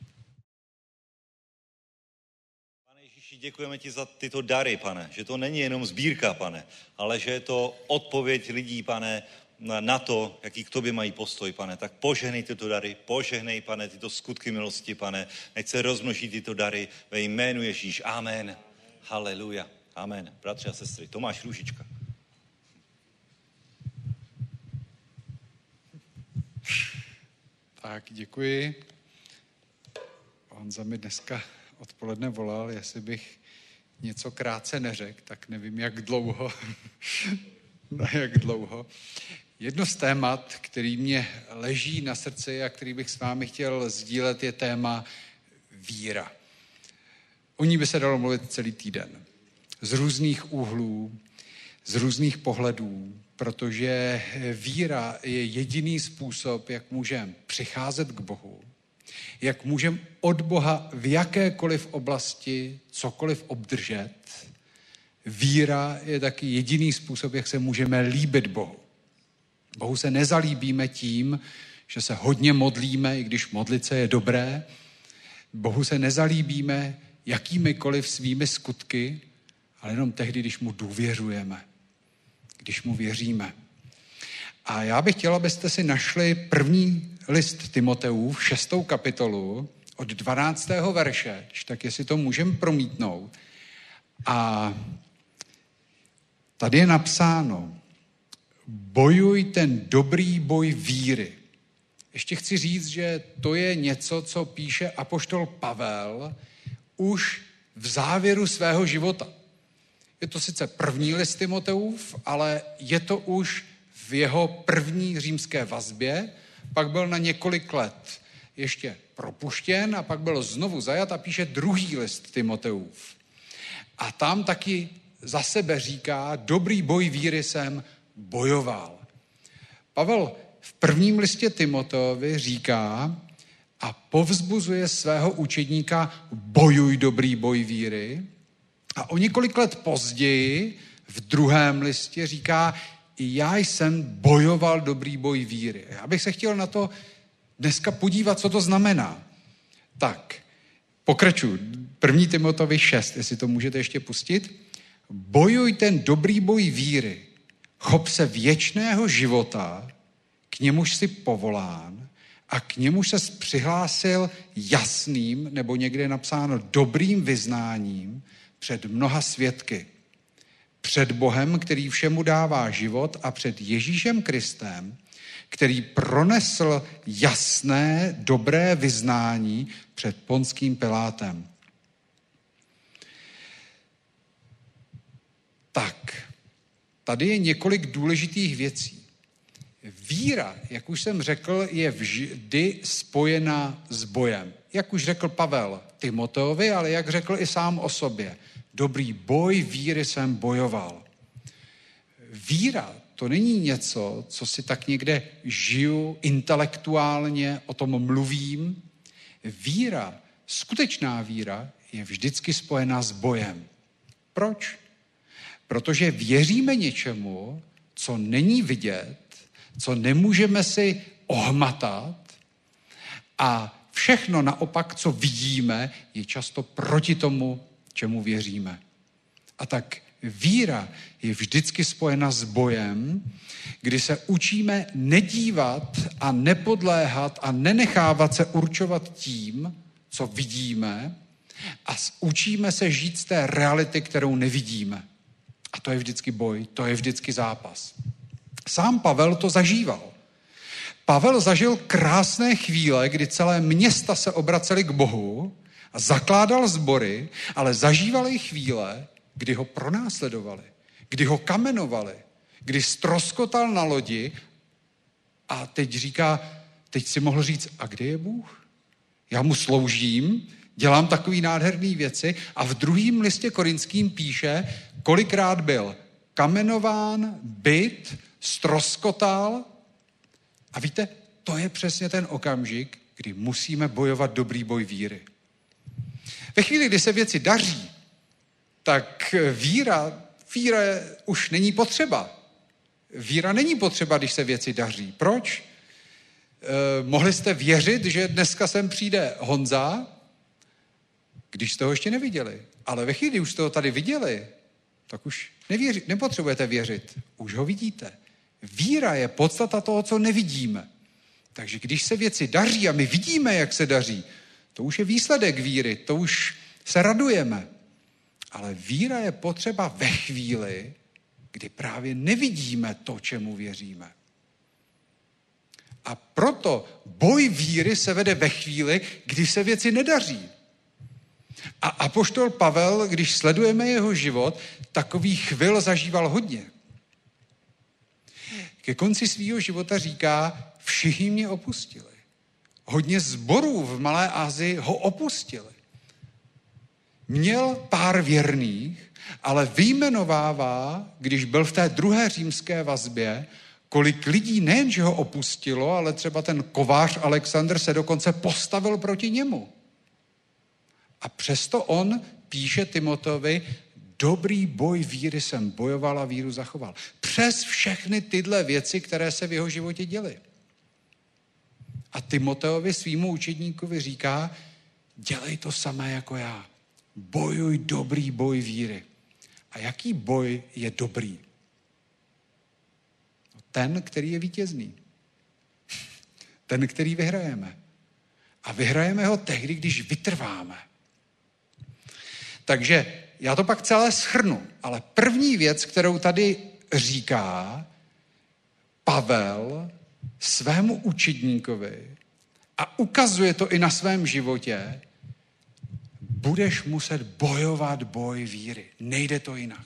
Pane Ježíši, děkujeme ti za tyto dary, Pane, že to není jenom sbírka, Pane, ale že je to odpověď lidí, Pane, na to, jaký k tobě mají postoj, Pane. Tak požehnej tyto dary, požehnej, Pane, tyto skutky milosti, Pane. Nech se rozmnoží tyto dary ve jménu Ježíš. Amen. Haleluja. Amen. Bratři a sestry, Tomáš Růžička. Tak, děkuji. Honza mi dneska odpoledne volal, jestli bych něco krátce neřekl, tak nevím, jak dlouho. jak dlouho. Jedno z témat, který mě leží na srdci a který bych s vámi chtěl sdílet, je téma víra. O ní by se dalo mluvit celý týden. Z různých úhlů, z různých pohledů, protože víra je jediný způsob, jak můžeme přicházet k Bohu, jak můžeme od Boha v jakékoliv oblasti cokoliv obdržet. Víra je taky jediný způsob, jak se můžeme líbit Bohu. Bohu se nezalíbíme tím, že se hodně modlíme, i když modlit se je dobré. Bohu se nezalíbíme jakýmikoliv svými skutky, ale jenom tehdy, když mu důvěřujeme, když mu věříme. A já bych chtěla, abyste si našli první list Timoteův, šestou kapitolu, od dvanáctého verše, tak jestli to můžeme promítnout. A tady je napsáno: bojuj ten dobrý boj víry. Ještě chci říct, že to je něco, co píše apoštol Pavel už v závěru svého života. Je to sice první list Timoteův, ale je to už v jeho první římské vazbě, pak byl na několik let ještě propuštěn a pak byl znovu zajat a píše druhý list Timoteův. A tam taky za sebe říká: dobrý boj víry jsem bojoval. Pavel v prvním listě Timoteovi říká a povzbuzuje svého učedníka: bojuj dobrý boj víry. A o několik let později v druhém listě říká: i já jsem bojoval dobrý boj víry. Já bych se chtěl na to dneska podívat, co to znamená. Tak, pokračuju. první Timoteovi šest, jestli to můžete ještě pustit. Bojuj ten dobrý boj víry. Chop se věčného života, k němuž jsi povolán a k němuž ses přihlásil jasným, nebo někde je napsáno dobrým vyznáním před mnoha svědky. Před Bohem, který všemu dává život, a před Ježíšem Kristem, který pronesl jasné, dobré vyznání před Ponským Pilátem. Tak, tady je několik důležitých věcí. Víra, jak už jsem řekl, je vždy spojena s bojem. Jak už řekl Pavel Timoteovi, ale jak řekl i sám o sobě. Dobrý boj víry jsem bojoval. Víra to není něco, co si tak někde žiju intelektuálně, o tom mluvím. Víra, skutečná víra, je vždycky spojená s bojem. Proč? Protože věříme něčemu, co není vidět, co nemůžeme si ohmatat, a všechno naopak, co vidíme, je často proti tomu, čemu věříme. A tak víra je vždycky spojena s bojem, kdy se učíme nedívat a nepodléhat a nenechávat se určovat tím, co vidíme, a učíme se žít z té reality, kterou nevidíme. A to je vždycky boj, to je vždycky zápas. Sám Pavel to zažíval. Pavel zažil krásné chvíle, kdy celé města se obracely k Bohu a zakládal sbory, ale zažíval i chvíle, kdy ho pronásledovali, kdy ho kamenovali, kdy stroskotal na lodi a teď říká, teď si mohl říct, a kde je Bůh? Já mu sloužím, dělám takové nádherné věci, a v druhém listě Korinským píše, kolikrát byl kamenován, byt, stroskotal. A víte, to je přesně ten okamžik, kdy musíme bojovat dobrý boj víry. Ve chvíli, kdy se věci daří, tak víra, víra už není potřeba. Víra není potřeba, když se věci daří. Proč? Eh, mohli jste věřit, že dneska sem přijde Honza, když jste ho ještě neviděli. Ale ve chvíli, kdy už jste ho tady viděli, tak už nevěři, nepotřebujete věřit. Už ho vidíte. Víra je podstata toho, co nevidíme. Takže když se věci daří a my vidíme, jak se daří, to už je výsledek víry, to už se radujeme. Ale víra je potřeba ve chvíli, kdy právě nevidíme to, čemu věříme. A proto boj víry se vede ve chvíli, kdy se věci nedaří. A apoštol Pavel, když sledujeme jeho život, takový chvil zažíval hodně. Ke konci svého života říká, všichni mě opustili. Hodně sborů v Malé Asii ho opustili. Měl pár věrných, ale vyjmenovává, když byl v té druhé římské vazbě, kolik lidí nejenže ho opustilo, ale třeba ten kovář Alexandr se dokonce postavil proti němu. A přesto on píše Timoteovi, dobrý boj víry jsem bojoval a víru zachoval. Přes všechny tyhle věci, které se v jeho životě děly. A Timoteovi, svýmu učedníkovi říká, dělej to samé jako já. Bojuj dobrý boj víry. A jaký boj je dobrý? Ten, který je vítězný. Ten, který vyhrajeme. A vyhrajeme ho tehdy, když vytrváme. Takže já to pak celé shrnu, ale první věc, kterou tady říká Pavel svému učedníkovi a ukazuje to i na svém životě, budeš muset bojovat boj víry. Nejde to jinak.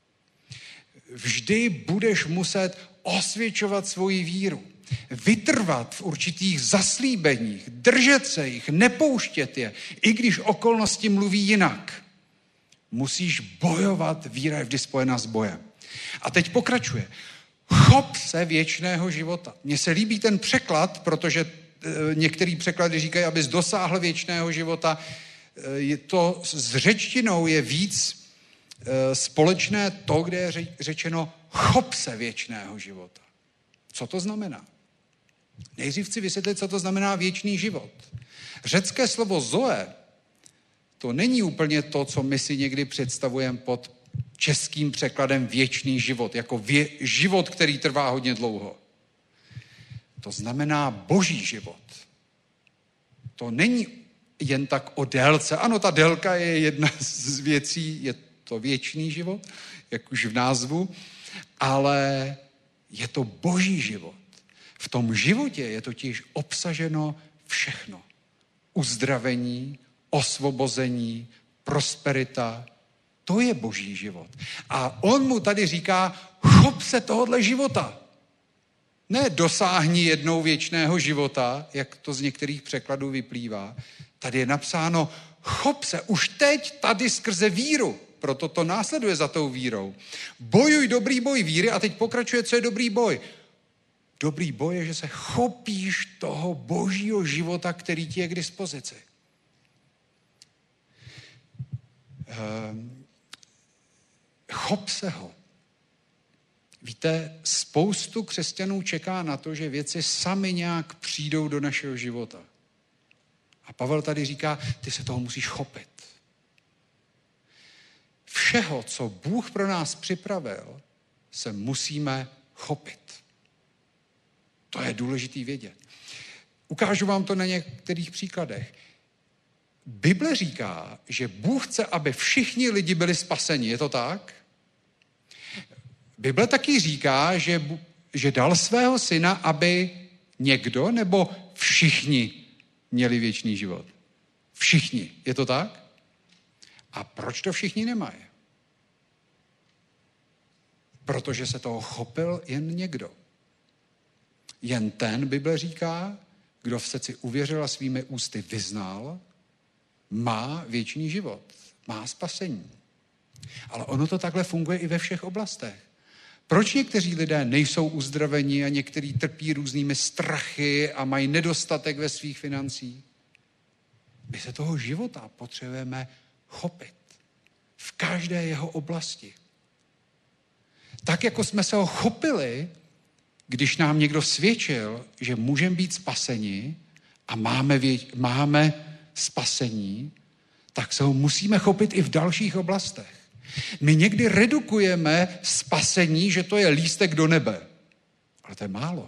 Vždy budeš muset osvědčovat svoji víru. Vytrvat v určitých zaslíbeních, držet se jich, nepouštět je, i když okolnosti mluví jinak. Musíš bojovat, víra je vždy spojená s bojem. A teď pokračuje. Chop se věčného života. Mně se líbí ten překlad, protože e, některý překlady říkají, abys dosáhl věčného života. E, je to s řečtinou je víc e, společné to, kde je řečeno chop se věčného života. Co to znamená? Nejdřív chci vysvětlit, co to znamená věčný život. Řecké slovo zoe, to není úplně to, co my si někdy představujeme pod českým překladem věčný život, jako vě, život, který trvá hodně dlouho. To znamená boží život. To není jen tak o délce. Ano, ta délka je jedna z věcí, je to věčný život, jak už v názvu, ale je to boží život. V tom životě je totiž obsaženo všechno. Uzdravení, osvobození, prosperita, to je boží život. A on mu tady říká, chop se tohohle života. Ne dosáhni jednou věčného života, jak to z některých překladů vyplývá. Tady je napsáno, chop se už teď tady skrze víru. Proto to následuje za tou vírou. Bojuj dobrý boj víry a teď pokračuje, co je dobrý boj. Dobrý boj je, že se chopíš toho božího života, který ti je k dispozici. Chop se ho. Víte, spoustu křesťanů čeká na to, že věci sami nějak přijdou do našeho života. A Pavel tady říká, ty se toho musíš chopit. Všeho, co Bůh pro nás připravil, se musíme chopit. To je důležitý vědět. Ukážu vám to na některých příkladech. Bible říká, že Bůh chce, aby všichni lidi byli spaseni. Je to tak? Bible taky říká, že, že dal svého syna, aby někdo nebo všichni měli věčný život. Všichni. Je to tak? A proč to všichni nemají? Protože se toho chopil jen někdo. Jen ten, Bible říká, kdo v srdci uvěřil a svými ústy vyznal, má věčný život, má spasení. Ale ono to takhle funguje i ve všech oblastech. Proč někteří lidé nejsou uzdraveni a někteří trpí různými strachy a mají nedostatek ve svých financích? My se toho života potřebujeme chopit. V každé jeho oblasti. Tak, jako jsme se ho chopili, když nám někdo svědčil, že můžeme být spaseni a máme, vě- máme spasení, tak se ho musíme chopit i v dalších oblastech. My někdy redukujeme spasení, že to je lístek do nebe. Ale to je málo.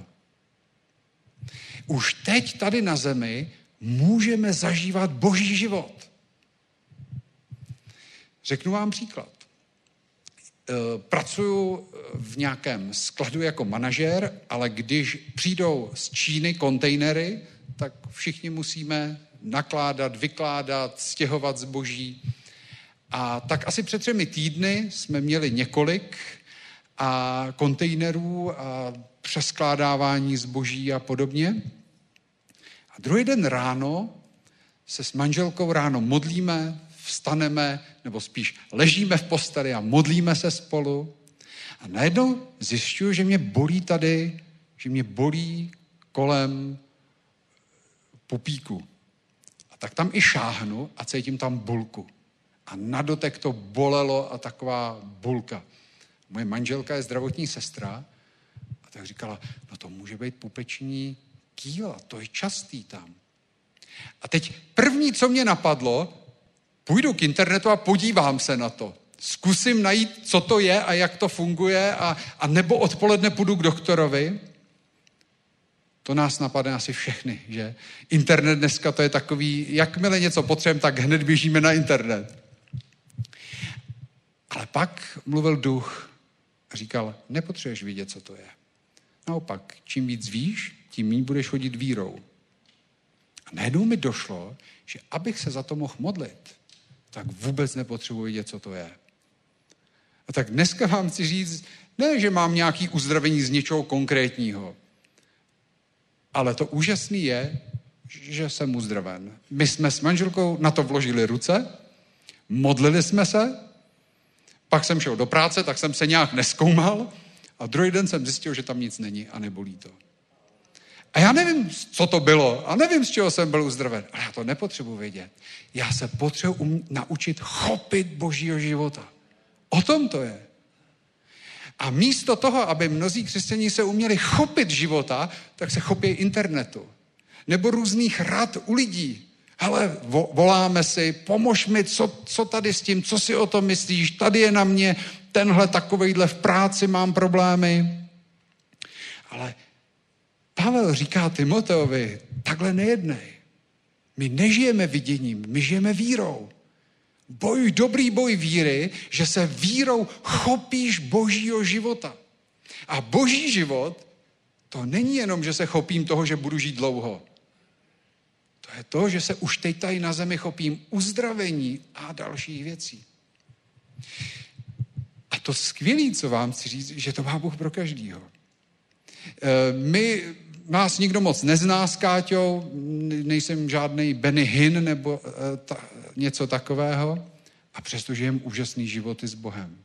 Už teď tady na zemi můžeme zažívat boží život. Řeknu vám příklad. pracuju v nějakém skladu jako manažer, ale když přijdou z Číny kontejnery, tak všichni musíme nakládat, vykládat, stěhovat zboží. A tak asi před třemi týdny jsme měli několik a kontejnerů a přeskládávání zboží a podobně. A druhý den ráno se s manželkou ráno modlíme, vstaneme, nebo spíš ležíme v posteli a modlíme se spolu. A najednou zjišťuju, že mě bolí tady, že mě bolí kolem pupíku. A tak tam i šáhnu a cítím tam bulku. A na dotek to bolelo a taková bulka. Moje manželka je zdravotní sestra a tak říkala, no to může být pupeční kýla, to je častý tam. A teď první, co mě napadlo, půjdu k internetu a podívám se na to. Zkusím najít, co to je a jak to funguje a, a nebo odpoledne půjdu k doktorovi. To nás napadne asi všechny, že? Internet dneska to je takový, jakmile něco potřebujeme, tak hned běžíme na internet. Ale pak mluvil duch a říkal, nepotřebuješ vidět, co to je. Naopak, čím víc víš, tím méně budeš chodit vírou. A najednou mi došlo, že abych se za to mohl modlit, tak vůbec nepotřebuji vidět, co to je. A tak dneska vám chci říct, ne, že mám nějaké uzdravení z něčeho konkrétního, ale to úžasný je, že jsem uzdraven. My jsme s manželkou na to vložili ruce, modlili jsme se, pak jsem šel do práce, tak jsem se nějak nezkoumal a druhý den jsem zjistil, že tam nic není a nebolí to. A já nevím, co to bylo a nevím, z čeho jsem byl uzdraven, ale já to nepotřebuji vědět. Já se potřebuji um, naučit chopit Božího života. O tom to je. A místo toho, aby mnozí křesťané se uměli chopit života, tak se chopí internetu. Nebo různých rad u lidí. Hele, vo, voláme si, pomož mi, co, co tady s tím, co si o tom myslíš, tady je na mě tenhle takovejhle v práci mám problémy. Ale Pavel říká Timoteovi, takhle nejednej. My nežijeme viděním, my žijeme vírou. Bojuj dobrý boj víry, že se vírou chopíš Božího života. A Boží život, to není jenom, že se chopím toho, že budu žít dlouho. To je to, že se už teď tady na zemi chopím uzdravení a dalších věcí. A to skvělé, co vám chci říct, že to má Bůh pro každýho. My, nás nikdo moc nezná s Káťou, nejsem žádnej Benny Hinn nebo ta, něco takového, a přesto žijem úžasný životy s Bohem.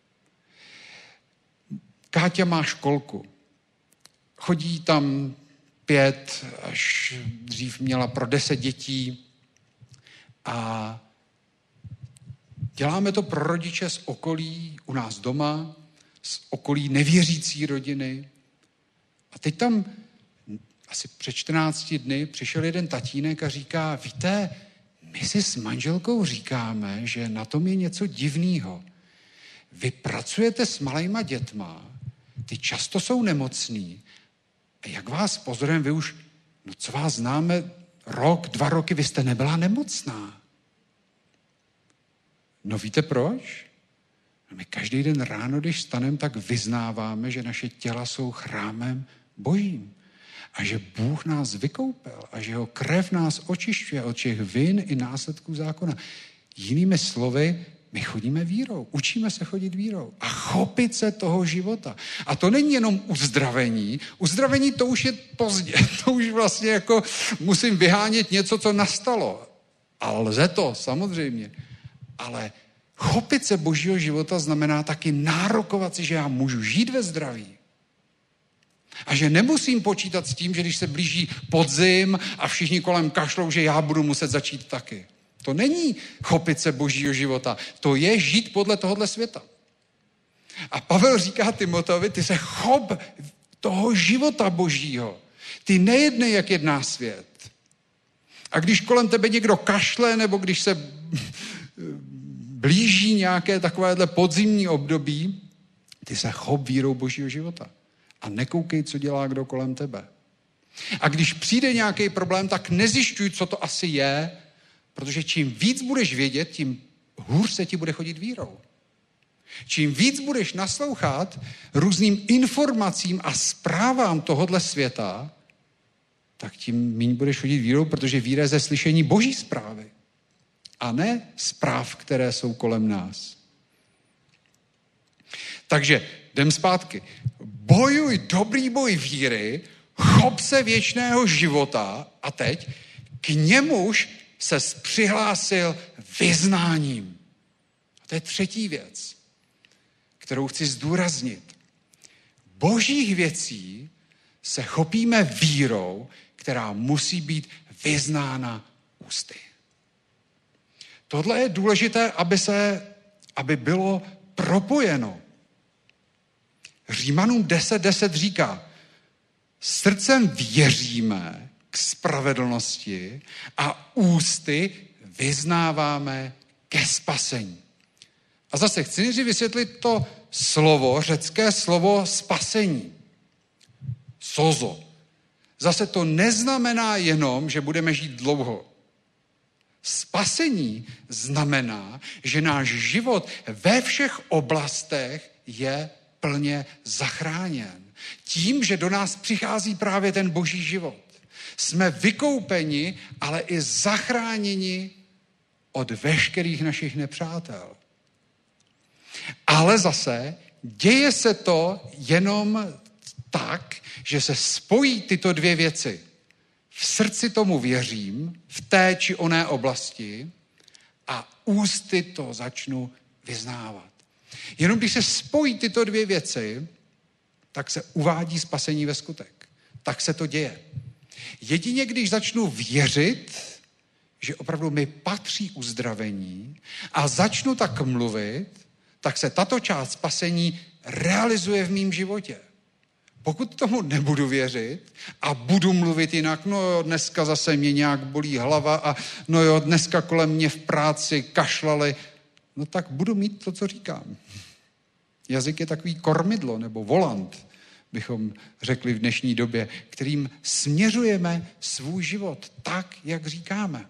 Káťa má školku. Chodí tam pět, až dřív měla pro deset dětí a děláme to pro rodiče z okolí, u nás doma, z okolí nevěřící rodiny. A teď tam asi před čtrnácti dny přišel jeden tatínek a říká, víte, my si s manželkou říkáme, že na tom je něco divného. Vy pracujete s malejma dětma, ty často jsou nemocný. A jak vás pozorujeme, vy už, no co vás známe, rok, dva roky, vy jste nebyla nemocná. No víte proč? No my každý den ráno, když staneme, tak vyznáváme, že naše těla jsou chrámem Božím. A že Bůh nás vykoupil a že jeho krev nás očišťuje od všech vin i následků zákona. Jinými slovy, my chodíme vírou, učíme se chodit vírou a chopit se toho života. A to není jenom uzdravení. Uzdravení to už je pozdě. To už vlastně jako musím vyhánět něco, co nastalo. A lze to, samozřejmě. Ale chopit se Božího života znamená taky nárokovat si, že já můžu žít ve zdraví. A že nemusím počítat s tím, že když se blíží podzim a všichni kolem kašlou, že já budu muset začít taky. To není chopit se Božího života. To je žít podle tohohle světa. A Pavel říká Timoteovi, ty se chop toho života Božího. Ty nejednej, jak jedná svět. A když kolem tebe někdo kašle, nebo když se blíží nějaké takovéhle podzimní období, ty se chop vírou Božího života. A nekoukej, co dělá kdo kolem tebe. A když přijde nějaký problém, tak nezjišťuj, co to asi je, protože čím víc budeš vědět, tím hůř se ti bude chodit vírou. Čím víc budeš naslouchat různým informacím a zprávám tohodle světa, tak tím méně budeš chodit vírou, protože víra je ze slyšení Boží zprávy a ne zpráv, které jsou kolem nás. Takže jdem zpátky. Bojuj dobrý boj víry, chop se věčného života a teď k němuž ses přihlásil vyznáním. A to je třetí věc, kterou chci zdůraznit. Božích věcí se chopíme vírou, která musí být vyznána ústy. Tohle je důležité, aby, se, aby bylo propojeno. Římanům deset deset říká, srdcem věříme k spravedlnosti a ústy vyznáváme ke spasení. A zase chci nejdřív vysvětlit to slovo, řecké slovo spasení. Sozo. Zase to neznamená jenom, že budeme žít dlouho. Spasení znamená, že náš život ve všech oblastech je plně zachráněn. Tím, že do nás přichází právě ten Boží život. Jsme vykoupeni, ale i zachráněni od veškerých našich nepřátel. Ale zase děje se to jenom tak, že se spojí tyto dvě věci. V srdci tomu věřím, v té či oné oblasti a ústy to začnu vyznávat. Jenom když se spojí tyto dvě věci, tak se uvádí spasení ve skutek. Tak se to děje. Jedině když začnu věřit, že opravdu mi patří uzdravení a začnu tak mluvit, tak se tato část spasení realizuje v mém životě. Pokud tomu nebudu věřit a budu mluvit jinak, no jo, dneska zase mě nějak bolí hlava a no jo, dneska kolem mě v práci kašlali, no tak budu mít to, co říkám. Jazyk je takový kormidlo nebo volant, bychom řekli v dnešní době, kterým směřujeme svůj život tak, jak říkáme.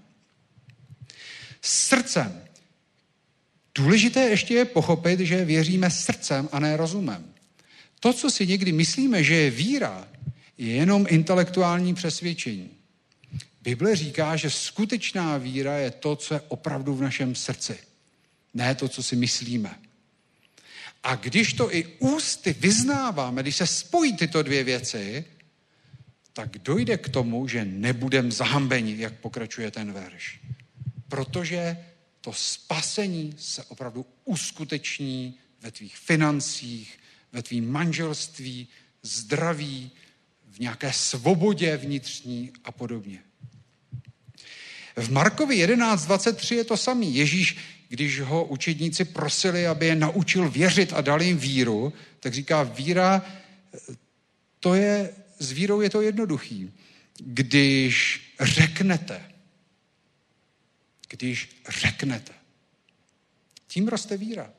Srdcem. Důležité ještě je pochopit, že věříme srdcem a ne rozumem. To, co si někdy myslíme, že je víra, je jenom intelektuální přesvědčení. Bible říká, že skutečná víra je to, co je opravdu v našem srdci. Ne to, co si myslíme. A když to i ústy vyznáváme, když se spojí tyto dvě věci, tak dojde k tomu, že nebudeme zahambeni, jak pokračuje ten verš. Protože to spasení se opravdu uskuteční ve tvých financích, ve tvým manželství, zdraví, v nějaké svobodě vnitřní a podobně. V Markovi jedenáct dvacet tři je to samý. Ježíš, když ho učedníci prosili, aby je naučil věřit a dal jim víru, tak říká, víra, to je, s vírou je to jednoduchý. Když řeknete, když řeknete, tím roste víra.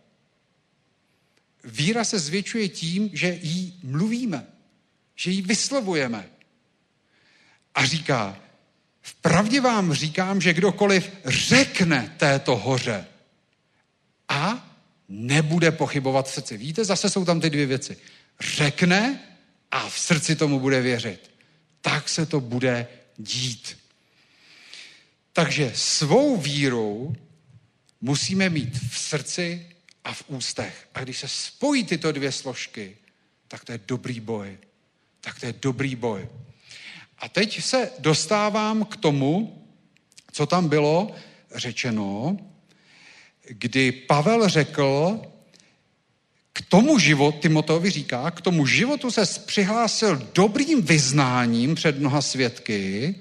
Víra se zvětšuje tím, že jí mluvíme, že jí vyslovujeme. A říká, vpravdě vám říkám, že kdokoliv řekne této hoře a nebude pochybovat v srdci. Víte, zase jsou tam ty dvě věci. Řekne a v srdci tomu bude věřit. Tak se to bude dít. Takže svou víru musíme mít v srdci a v ústech. A když se spojí tyto dvě složky, tak to je dobrý boj. Tak to je dobrý boj. A teď se dostávám k tomu, co tam bylo řečeno, kdy Pavel řekl, k tomu životu, Timoteovi říká, k tomu životu se přihlásil dobrým vyznáním před mnoha svědky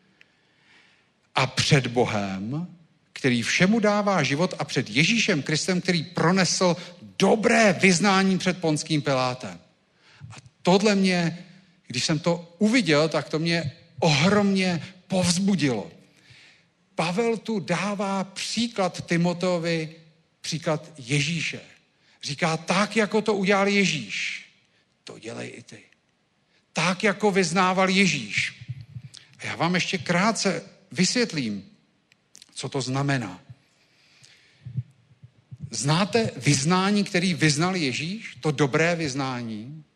a před Bohem, který všemu dává život a před Ježíšem Kristem, který pronesl dobré vyznání před Ponským Pilátem. A tohle mě, když jsem to uviděl, tak to mě ohromně povzbudilo. Pavel tu dává příklad Timoteovi, příklad Ježíše. Říká, tak, jako to udělal Ježíš, to dělej i ty. Tak, jako vyznával Ježíš. A já vám ještě krátce vysvětlím, co to znamená. Znáte vyznání, který vyznal Ježíš? To dobré vyznání?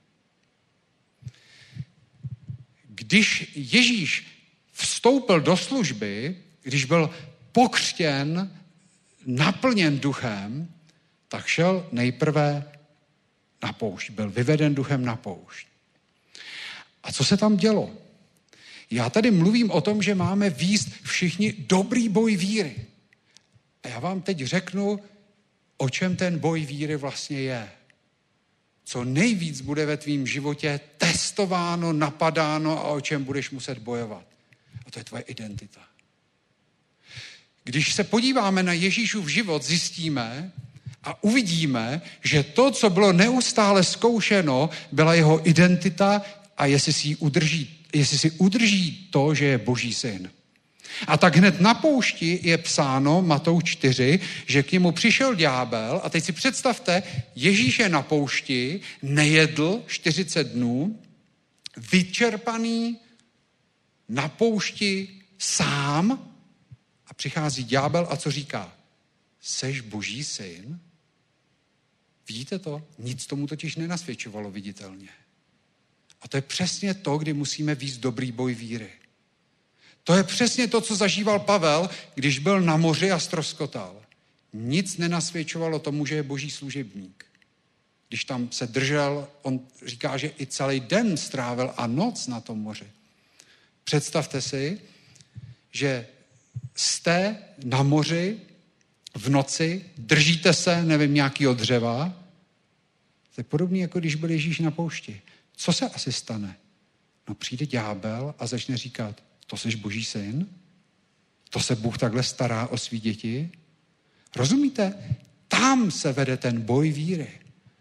Když Ježíš vstoupil do služby, když byl pokřtěn, naplněn duchem, tak šel nejprve na poušť. Byl vyveden duchem na poušť. A co se tam dělo? Já tady mluvím o tom, že máme vést všichni dobrý boj víry. A já vám teď řeknu, o čem ten boj víry vlastně je. Co nejvíc bude ve tvém životě testováno, napadáno a o čem budeš muset bojovat. A to je tvoje identita. Když se podíváme na Ježíšův život, zjistíme a uvidíme, že to, co bylo neustále zkoušeno, byla jeho identita a jestli si udrží, jestli si udrží to, že je Boží syn. A tak hned na poušti je psáno, Matouš čtyři, že k němu přišel ďábel a teď si představte, Ježíš je na poušti, nejedl čtyřicet dnů, vyčerpaný, na poušti sám a přichází ďábel a co říká? Seš Boží syn? Vidíte to? Nic tomu totiž nenasvědčovalo viditelně. A to je přesně to, kdy musíme vést dobrý boj víry. To je přesně to, co zažíval Pavel, když byl na moři a ztroskotal. Nic nenasvědčovalo tomu, že je Boží služebník. Když tam se držel, on říká, že i celý den strávil a noc na tom moři. Představte si, že jste na moři v noci, držíte se, nevím, nějakýho dřeva. To je podobný, jako když byl Ježíš na poušti. Co se asi stane? No přijde ďábel a začne říkat, to seš Boží syn? To se Bůh takhle stará o svý děti? Rozumíte? Tam se vede ten boj víry.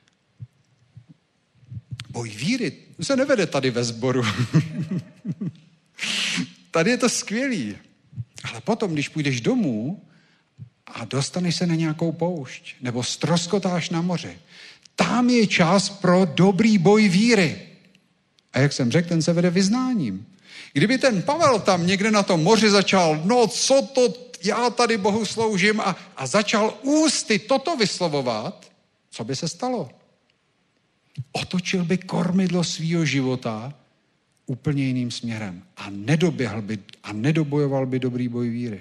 Boj víry se nevede tady ve sboru. Tady je to skvělý. Ale potom, když půjdeš domů a dostaneš se na nějakou poušť nebo ztroskotáš na moři, tam je čas pro dobrý boj víry. A jak jsem řekl, ten se vede vyznáním. Kdyby ten Pavel tam někde na tom moři začal, no co to, já tady Bohu sloužím a, a začal ústy toto vyslovovat, co by se stalo? Otočil by kormidlo svýho života úplně jiným směrem a nedoběhl by a nedobojoval by dobrý boj víry.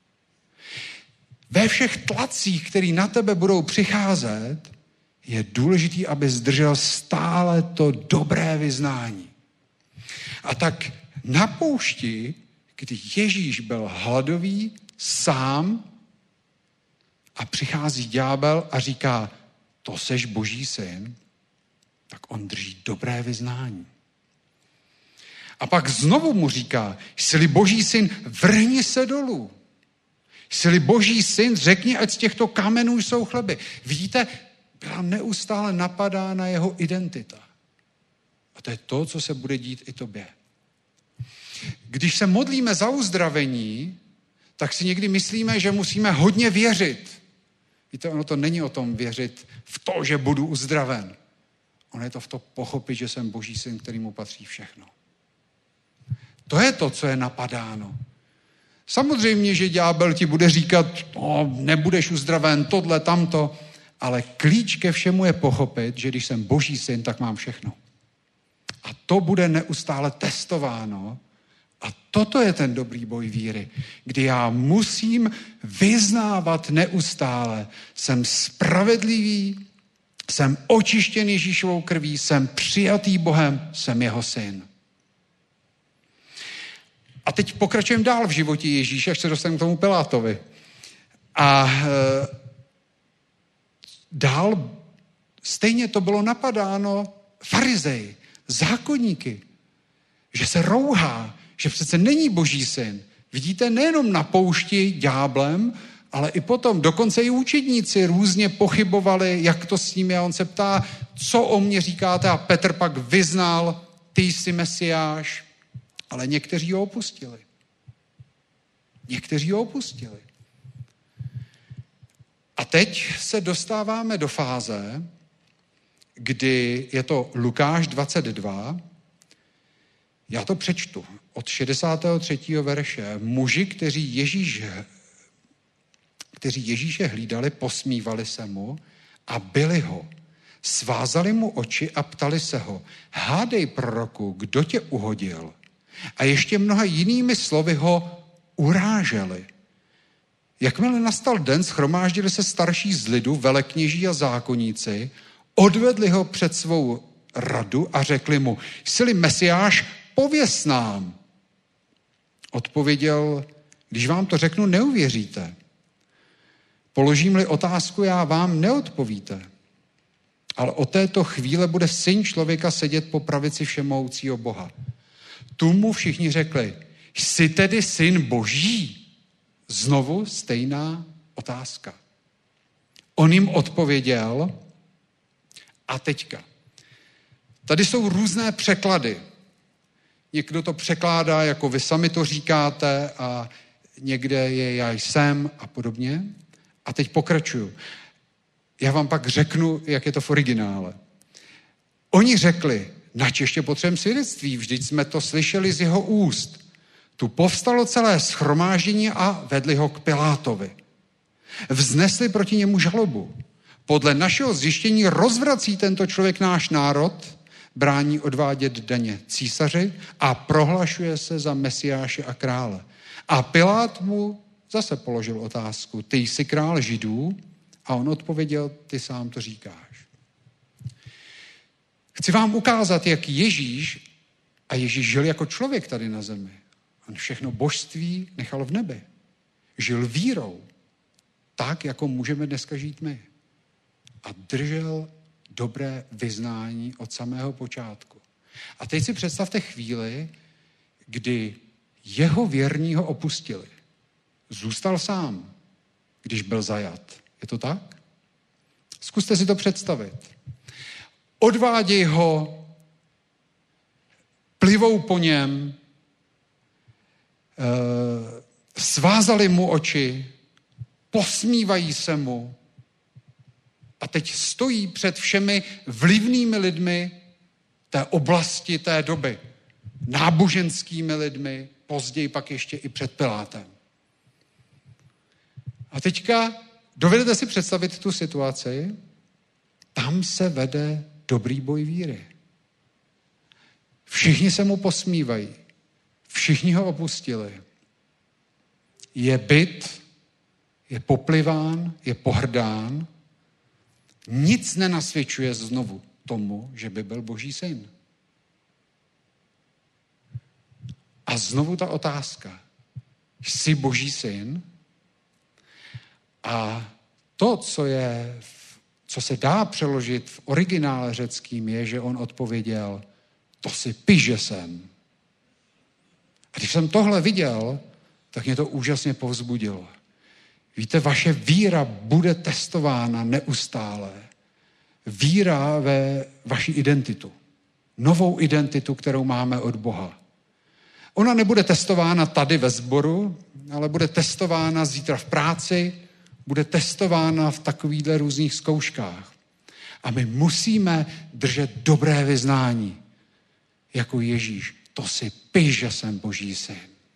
Ve všech tlacích, který na tebe budou přicházet, je důležitý, aby zdržel stále to dobré vyznání. A tak na poušti, kdy Ježíš byl hladový, sám a přichází ďábel a říká, to seš Boží syn, tak on drží dobré vyznání. A pak znovu mu říká, jsi-li Boží syn, vrhni se dolů. Jsi-li Boží syn, řekni, ať z těchto kamenů jsou chleby. Vidíte, byla neustále napadána jeho identita. A to je to, co se bude dít i tobě. Když se modlíme za uzdravení, tak si někdy myslíme, že musíme hodně věřit. Víte, ono to není o tom věřit v to, že budu uzdraven. Ono je to v to pochopit, že jsem Boží syn, kterému patří všechno. To je to, co je napadáno. Samozřejmě, že ďábel ti bude říkat, no, nebudeš uzdraven, tohle, tamto, ale klíč ke všemu je pochopit, že když jsem Boží syn, tak mám všechno. A to bude neustále testováno. A toto je ten dobrý boj víry, kdy já musím vyznávat neustále. Jsem spravedlivý, jsem očištěn Ježíšovou krví, jsem přijatý Bohem, jsem jeho syn. A teď pokračujeme dál v životě Ježíše, až se dostaneme k tomu Pilátovi. A e, dál stejně to bylo napadáno farizeji, zákonníky, že se rouhá, že přece není Boží syn. Vidíte, nejenom na poušti ďáblem, ale i potom, dokonce i učedníci různě pochybovali, jak to s ním je. On se ptá, co o mně říkáte? A Petr pak vyznal, ty jsi Mesiáš, ale někteří ho opustili. Někteří ho opustili. A teď se dostáváme do fáze, kdy je to Lukáš dvacet dva. Já to přečtu od šedesátého třetího verše. Muži, kteří Ježíš, kteří Ježíše hlídali, posmívali se mu a byli ho. Svázali mu oči a ptali se ho, hádej proroku, kdo tě uhodil? A ještě mnoha jinými slovy ho uráželi. Jakmile nastal den, shromáždili se starší z lidu, velekněží a zákonníci, odvedli ho před svou radu a řekli mu, jsi-li Mesiáš, pověz nám. Odpověděl, když vám to řeknu, neuvěříte. Položím-li otázku, já vám neodpovíte. Ale od této chvíle bude syn člověka sedět po pravici všemohoucího Boha. Tu mu všichni řekli, jsi tedy syn Boží? Znovu stejná otázka. On jim odpověděl a teďka. Tady jsou různé překlady. Někdo to překládá, jako vy sami to říkáte a někde je já jsem a podobně. A teď pokračuju. Já vám pak řeknu, jak je to v originále. Oni řekli, nač ještě potřebujeme svědectví, vždyť jsme to slyšeli z jeho úst. Tu povstalo celé shromáždění a vedli ho k Pilátovi. Vznesli proti němu žalobu. Podle našeho zjištění rozvrací tento člověk náš národ, brání odvádět daně císaři a prohlašuje se za Mesiáše a krále. A Pilát mu zase položil otázku, ty jsi král Židů? A on odpověděl, ty sám to říkáš. Chci vám ukázat, jak Ježíš, a Ježíš žil jako člověk tady na zemi. On všechno božství nechal v nebi. Žil vírou, tak, jako můžeme dneska žít my. A držel dobré vyznání od samého počátku. A teď si představte chvíli, kdy jeho věrní ho opustili. Zůstal sám, když byl zajat. Je to tak? Zkuste si to představit. Odváděj ho, plivou po něm, svázali mu oči, posmívají se mu a teď stojí před všemi vlivnými lidmi té oblasti, té doby. Náboženskými lidmi, později pak ještě i před Pilátem. A teďka dovedete si představit tu situaci? Tam se vede dobrý boj víry. Všichni se mu posmívají. Všichni ho opustili. Je bit, je popliván, je pohrdán. Nic nenasvědčuje znovu tomu, že by byl Boží syn. A znovu ta otázka. Jsi Boží syn? A to, co je, co se dá přeložit v originále řeckým, je, že on odpověděl, to si piš, že jsem. A když jsem tohle viděl, tak mě to úžasně povzbudilo. Víte, vaše víra bude testována neustále. Víra ve vaši identitu. Novou identitu, kterou máme od Boha. Ona nebude testována tady ve sboru, ale bude testována zítra v práci, bude testována v takovýchhle různých zkouškách. A my musíme držet dobré vyznání, jako Ježíš. To si piš, že jsem Boží syn.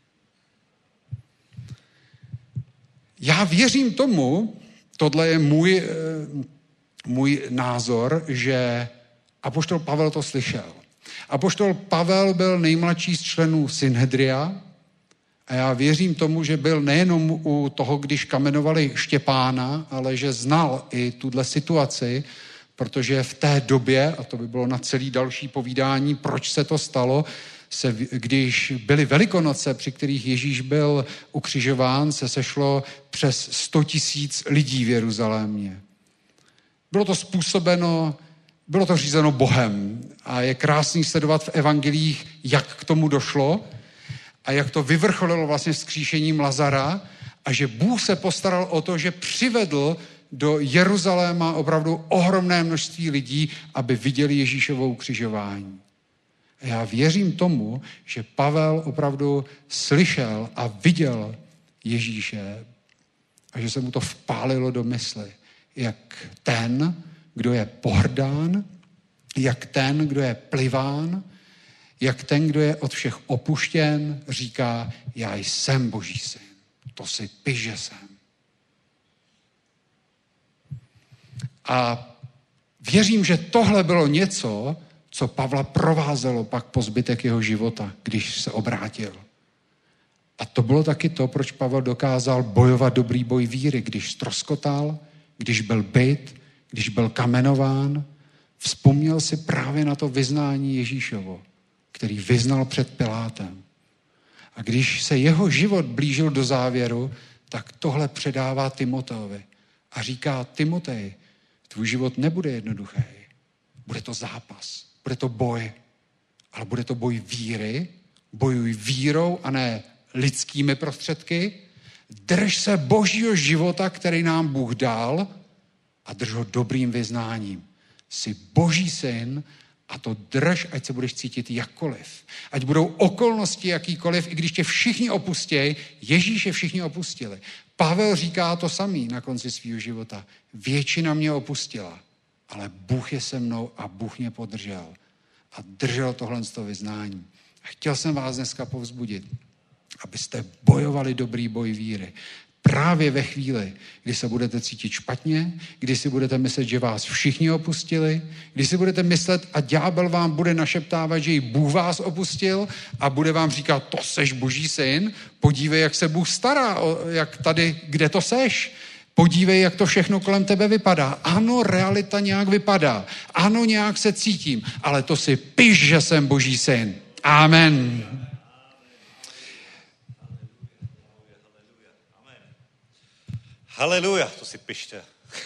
Já věřím tomu, tohle je můj, můj názor, že apoštol Pavel to slyšel. Apoštol Pavel byl nejmladší z členů Synhedria a já věřím tomu, že byl nejenom u toho, když kamenovali Štěpána, ale že znal i tuhle situaci, protože v té době, a to by bylo na celý další povídání, proč se to stalo, se, když byly Velikonoce, při kterých Ježíš byl ukřižován, se sešlo přes sto tisíc lidí v Jeruzalémě. Bylo to způsobeno, bylo to řízeno Bohem a je krásný sledovat v evangelích, jak k tomu došlo a jak to vyvrcholilo vlastně vzkříšením Lazara a že Bůh se postaral o to, že přivedl do Jeruzaléma opravdu ohromné množství lidí, aby viděli Ježíšovo ukřižování. A já věřím tomu, že Pavel opravdu slyšel a viděl Ježíše a že se mu to vpálilo do mysli. Jak ten, kdo je pohrdán, jak ten, kdo je pliván, jak ten, kdo je od všech opuštěn, říká, já jsem Boží syn. To si piš, že jsem. A věřím, že tohle bylo něco, co Pavla provázelo pak po zbytek jeho života, když se obrátil. A to bylo taky to, proč Pavel dokázal bojovat dobrý boj víry, když ztroskotal, když byl bit, když byl kamenován. Vzpomněl si právě na to vyznání Ježíšovo, který vyznal před Pilátem. A když se jeho život blížil do závěru, tak tohle předává Timoteovi. A říká: Timotej, tvůj život nebude jednoduchý. Bude to zápas, bude to boj, ale bude to boj víry. Bojuj vírou a ne lidskými prostředky. Drž se božího života, který nám Bůh dal, a drž ho dobrým vyznáním. Jsi boží syn a to drž, ať se budeš cítit jakkoliv. Ať budou okolnosti jakýkoliv, i když tě všichni opustějí, Ježíše všichni opustili. Pavel říká to samý na konci svého života. Většina mě opustila, ale Bůh je se mnou a Bůh mě podržel. A držel tohle z toho vyznání. A chtěl jsem vás dneska povzbudit, abyste bojovali dobrý boj víry. Právě ve chvíli, kdy se budete cítit špatně, kdy si budete myslet, že vás všichni opustili, kdy si budete myslet a ďábel vám bude našeptávat, že i Bůh vás opustil a bude vám říkat: to seš boží syn, podívej, jak se Bůh stará, jak tady, kde to seš. Podívej, jak to všechno kolem tebe vypadá. Ano, realita nějak vypadá. Ano, nějak se cítím, ale to si piš, že jsem boží syn. Amen. Haleluja, to si pište.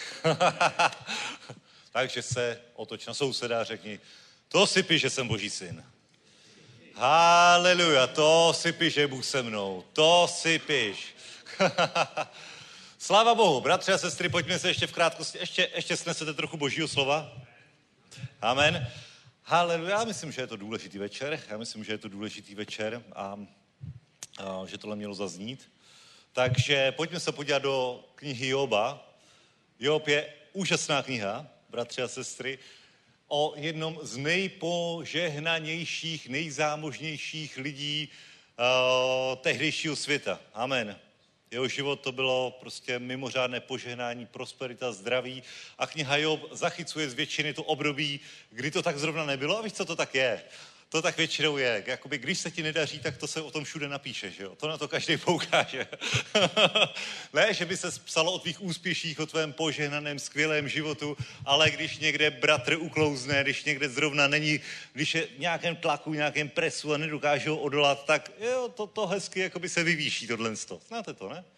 Takže se otoč na souseda a řekni: to si piš, že jsem boží syn. Haleluja, to si piš, že je Bůh se mnou. To si piš. Sláva Bohu, bratři a sestry, pojďme se ještě v krátkosti, ještě, ještě snesete trochu božího slova. Amen. Haleluja, já myslím, že je to důležitý večer. Já myslím, že je to důležitý večer a, a že tohle mělo zaznít. Takže pojďme se podívat do knihy Joba. Job je úžasná kniha, bratři a sestry, o jednom z nejpožehnanějších, nejzámožnějších lidí uh, tehdejšího světa. Amen. Jeho život to bylo prostě mimořádné požehnání, prosperita, zdraví a kniha Job zachycuje z většiny to období, kdy to tak zrovna nebylo. A víš, co to tak je? To tak většinou je. Jakoby, když se ti nedaří, tak to se o tom všude napíše, že jo? To na to každý poukáže. Ne, že by se psalo o tvých úspěších, o tvém požehnaném, skvělém životu, ale když někde bratr uklouzne, když někde zrovna není, když je v nějakém tlaku, nějakém presu a nedokáže ho odolat, tak jo, to, to hezky jakoby se vyvýší tohle. Znáte to, ne?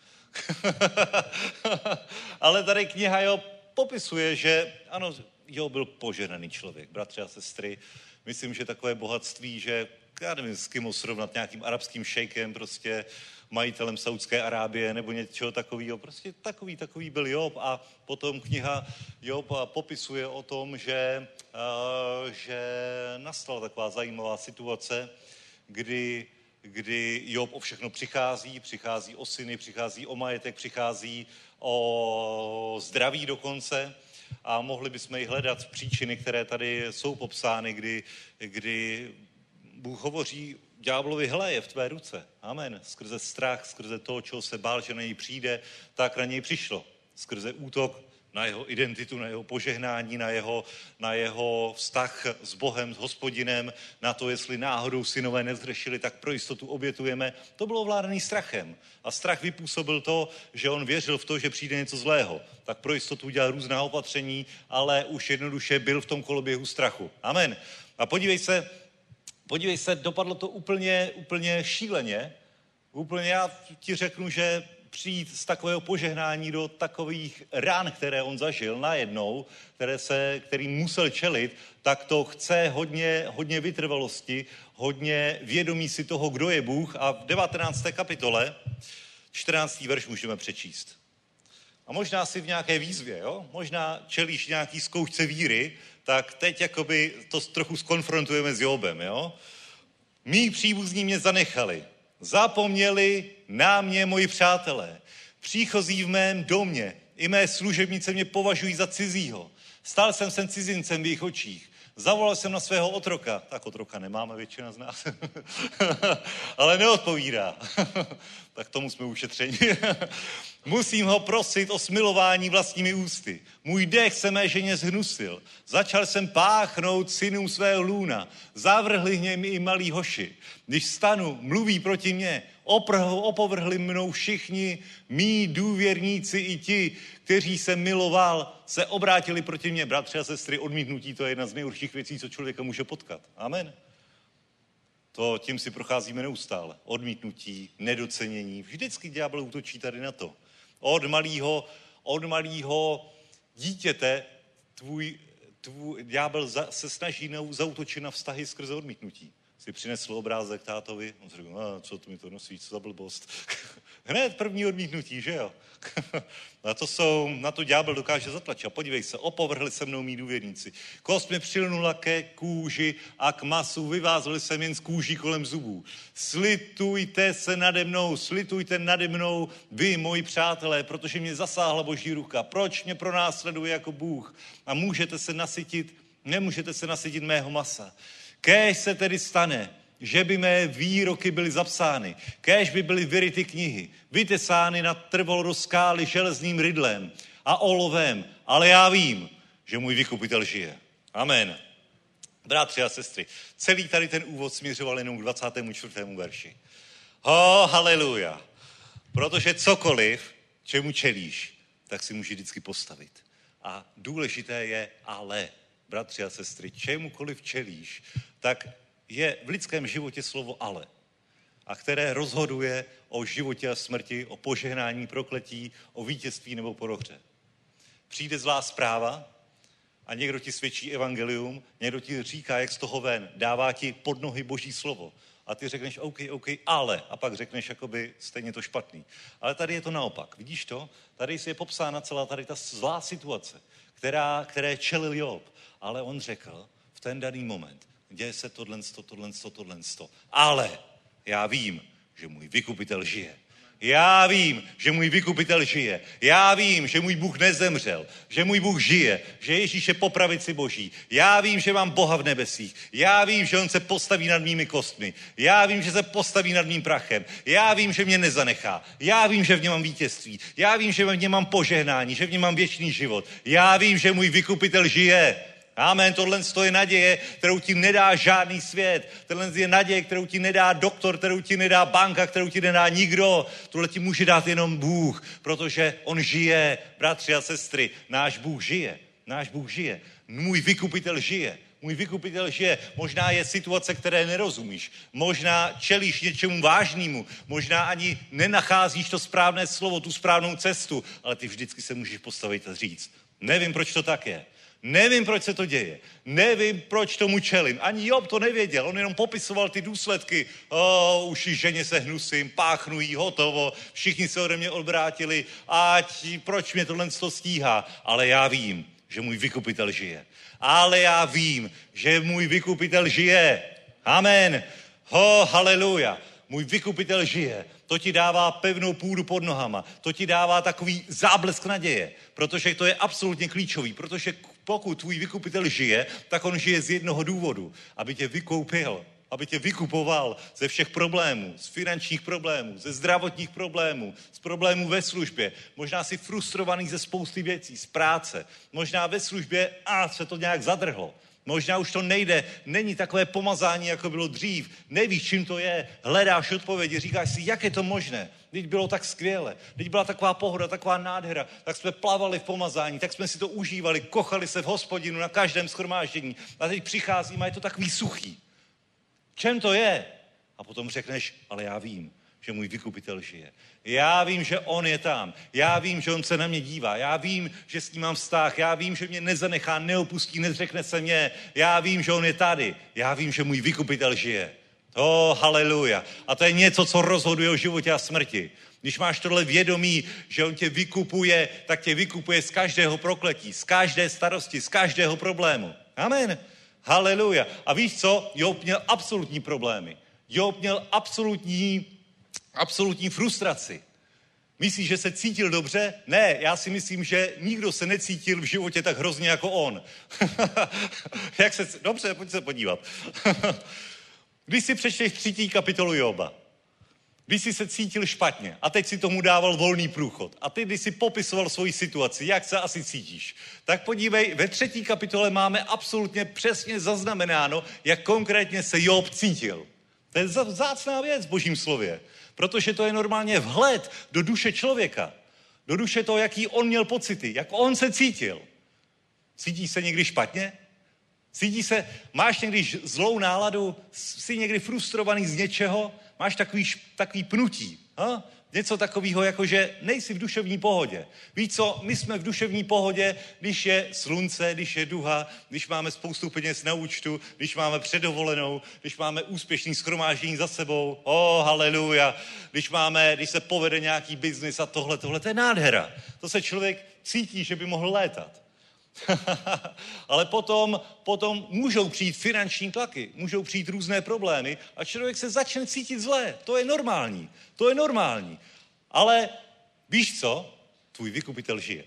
Ale tady kniha Job popisuje, že ano, Job byl požehnaný člověk, bratři a sestry. Myslím, že takové bohatství, že já nevím, s kým ho srovnat, nějakým arabským šejkem, prostě majitelem Saudské Arábie nebo něčeho takového. Prostě takový, takový byl Job a potom kniha Job popisuje o tom, že, uh, že nastala taková zajímavá situace, kdy, kdy Job o všechno přichází, přichází o syny, přichází o majetek, přichází o zdraví dokonce. A mohli bychom i hledat příčiny, které tady jsou popsány, kdy, kdy Bůh hovoří ďáblovi: hele, je v tvé ruce. Amen. Skrze strach, skrze to, čeho se bál, že na něj přijde, tak na něj přišlo. Skrze útok na jeho identitu, na jeho požehnání, na jeho, na jeho vztah s Bohem, s Hospodinem, na to, jestli náhodou synové nezřešili, tak pro jistotu obětujeme. To bylo ovládaný strachem. A strach vypůsobil to, že on věřil v to, že přijde něco zlého. Tak pro jistotu udělal různá opatření, ale už jednoduše byl v tom koloběhu strachu. Amen. A podívej se, podívej se, dopadlo to úplně, úplně šíleně. Úplně já ti řeknu, že přijít z takového požehnání do takových rán, které on zažil najednou, které se, kterým musel čelit, tak to chce hodně, hodně vytrvalosti, hodně vědomí si toho, kdo je Bůh. A v devatenácté kapitole, čtrnáctý verš můžeme přečíst. A možná si v nějaké výzvě, jo? Možná čelíš nějaký zkoušce víry, tak teď jakoby to trochu skonfrontujeme s Jobem, jo? Mí příbuzní mě zanechali. Zapomněli na mě moji přátelé. Příchozí v mém domě. I mé služebnice mě považují za cizího. Stal jsem se cizincem v jejich očích. Zavolal jsem na svého otroka. Tak otroka nemáme většina z nás. Ale neodpovídá. Tak tomu jsme ušetřeni. Musím ho prosit o smilování vlastními ústy. Můj dech se mé ženě zhnusil. Začal jsem páchnout synům svého lůna. Zavrhli mě mi i malí hoši. Když stanu, mluví proti mně. Oprhl, opovrhli mnou všichni mí důvěrníci i ti, kteří jsem miloval, se obrátili proti mně. Bratři a sestry, odmítnutí to je jedna z nejhorších věcí, co člověka může potkat. Amen. To tím si procházíme neustále. Odmítnutí, nedocenění. Vždycky ďábel útočí tady na to. Od malého, od malého dítěte tvůj, tvůj ďábel za, se snaží zaútočit na vztahy skrze odmítnutí. Si přinesl obrázek tátovi, on řekl, no, co tu mi to nosí, co za blbost. Hned první odmítnutí, že jo? Na to, jsou, na to ďábel dokáže zatlačit. A podívej se, opovrhli se mnou mý důvěrníci. Kost mi přilnula ke kůži a k masu, vyvázali jsem jen z kůží kolem zubů. Slitujte se nade mnou, slitujte nade mnou vy, moji přátelé, protože mě zasáhla Boží ruka. Proč mě pronásleduje jako Bůh? A můžete se nasytit, nemůžete se nasytit mého masa. Kéž se tedy stane, že by mé výroky byly zapsány, kéž by byly vyryty knihy, vytesány na trvalo do skály železným rydlem a olovem, ale já vím, že můj vykupitel žije. Amen. Bratři a sestry, celý tady ten úvod směřoval jenom k dvacátému čtvrtému verši. Oh, haleluja. Protože cokoliv, čemu čelíš, tak si může vždycky postavit. A důležité je ale, bratři a sestry, čemukoliv čelíš, tak je v lidském životě slovo ale, a které rozhoduje o životě a smrti, o požehnání, prokletí, o vítězství nebo prohře. Přijde zlá zpráva a někdo ti svědčí evangelium, někdo ti říká, jak z toho ven, dává ti pod nohy Boží slovo. A ty řekneš, OK, OK, ale, a pak řekneš, jakoby stejně to špatný. Ale tady je to naopak. Vidíš to? Tady je popsána celá tady ta zlá situace, která, které čelil Job. Ale on řekl v ten daný moment, děje se tohle, tohle, tohle, ale já vím, že můj vykupitel žije. Já vím, že můj vykupitel žije. Já vím, že můj Bůh nezemřel, že můj Bůh žije, že Ježíš je po pravici Boží. Já vím, že mám Boha v nebesích. Já vím, že on se postaví nad mými kostmi. Já vím, že se postaví nad mým prachem. Já vím, že mě nezanechá. Já vím, že v něm mám vítězství. Já vím, že v něm mám požehnání, že v něm mám věčný život. Já vím, že můj vykupitel žije. Amen, tohle je naděje, kterou ti nedá žádný svět. Tohle je naděje, kterou ti nedá doktor, kterou ti nedá banka, kterou ti nedá nikdo. Tohle ti může dát jenom Bůh, protože on žije. Bratři a sestry, náš Bůh žije. Náš Bůh žije. Můj vykupitel žije. Můj vykupitel žije. Možná je situace, které nerozumíš. Možná čelíš něčemu vážnému. Možná ani nenacházíš to správné slovo, tu správnou cestu. Ale ty vždycky se můžeš postavit a říct, nevím, proč to tak je. Nevím, proč se to děje. Nevím, proč tomu čelím. Ani Job to nevěděl. On jenom popisoval ty důsledky. O, už i ženě se hnusím, páchnu jí, hotovo. Všichni se ode mě odvrátili. Ať, proč mě tohle stíhá. Ale já vím, že můj vykupitel žije. Ale já vím, že můj vykupitel žije. Amen. Ho, haleluja. Můj vykupitel žije. To ti dává pevnou půdu pod nohama. To ti dává takový záblesk naděje. Protože to je absolutně klíčový. Protože pokud tvůj vykupitel žije, tak on žije z jednoho důvodu. Aby tě vykoupil. Aby tě vykupoval ze všech problémů. Z finančních problémů, ze zdravotních problémů, z problémů ve službě. Možná jsi frustrovaný ze spousty věcí, z práce. Možná ve službě a se to nějak zadrhlo. Možná už to nejde, není takové pomazání, jako bylo dřív. Nevíš, čím to je, hledáš odpovědi, říkáš si, jak je to možné. Teď bylo tak skvěle, teď byla taková pohoda, taková nádhera, tak jsme plavali v pomazání, tak jsme si to užívali, kochali se v Hospodinu na každém shromáždění. A teď přicházíme a je to takový suchý. Čem to je? A potom řekneš, ale já vím, že můj vykupitel žije. Já vím, že on je tam. Já vím, že on se na mě dívá. Já vím, že s ním mám vztah. Já vím, že mě nezanechá, neopustí, nezřekne se mě. Já vím, že on je tady. Já vím, že můj vykupitel žije. Oh, haleluja. A to je něco, co rozhoduje o životě a smrti. Když máš tohle vědomí, že on tě vykupuje, tak tě vykupuje z každého prokletí, z každé starosti, z každého problému. Amen. Haleluja. A víš co? Job měl absolutní problémy. Job měl absolutní absolutní frustraci. Myslíš, že se cítil dobře? Ne, já si myslím, že nikdo se necítil v životě tak hrozně jako on. Jak se... Dobře, pojď se podívat. Když si přečteš třetí kapitolu Joba, když jsi se cítil špatně a teď si tomu dával volný průchod a ty, když jsi popisoval svoji situaci, jak se asi cítíš, tak podívej, ve třetí kapitole máme absolutně přesně zaznamenáno, jak konkrétně se Job cítil. To je vzácná věc v Božím slově, protože to je normálně vhled do duše člověka, do duše toho, jaký on měl pocity, jak on se cítil. Cítíš se někdy špatně? Cítíš se, máš někdy zlou náladu, jsi někdy frustrovaný z něčeho, máš takový, takový pnutí, ha? Něco takového, jako že nejsi v duševní pohodě. Víš co, my jsme v duševní pohodě, když je slunce, když je duha, když máme spoustu peněz na účtu, když máme předovolenou, když máme úspěšný shromáždění za sebou, oh, haleluja, když máme, když se povede nějaký biznis a tohle, tohle, to je nádhera. To se člověk cítí, že by mohl létat. Ale potom, potom můžou přijít finanční tlaky, můžou přijít různé problémy a člověk se začne cítit zlé. To je normální, to je normální. Ale víš co? Tvůj vykupitel žije.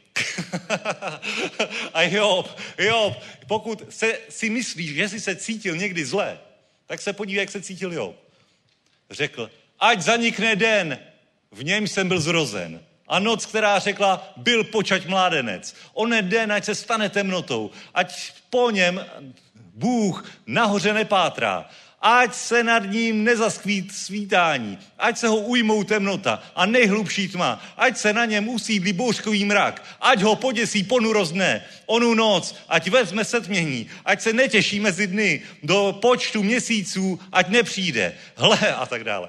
A Job, Job, pokud se, si myslíš, že jsi se cítil někdy zlé, tak se podívej, jak se cítil Job. Řekl, ať zanikne den, v něm jsem byl zrozen. A noc, která řekla, byl počať mládenec. Onen den, ať se stane temnotou, ať po něm Bůh nahoře nepátrá, ať se nad ním nezaskvít svítání, ať se ho ujmou temnota a nejhlubší tma, ať se na něm usídlí bouřkový mrak, ať ho poděsí ponurost dne, onu noc, ať vezme setmění, ať se netěší mezi dny, do počtu měsíců, ať nepřijde. Hle, a tak dále.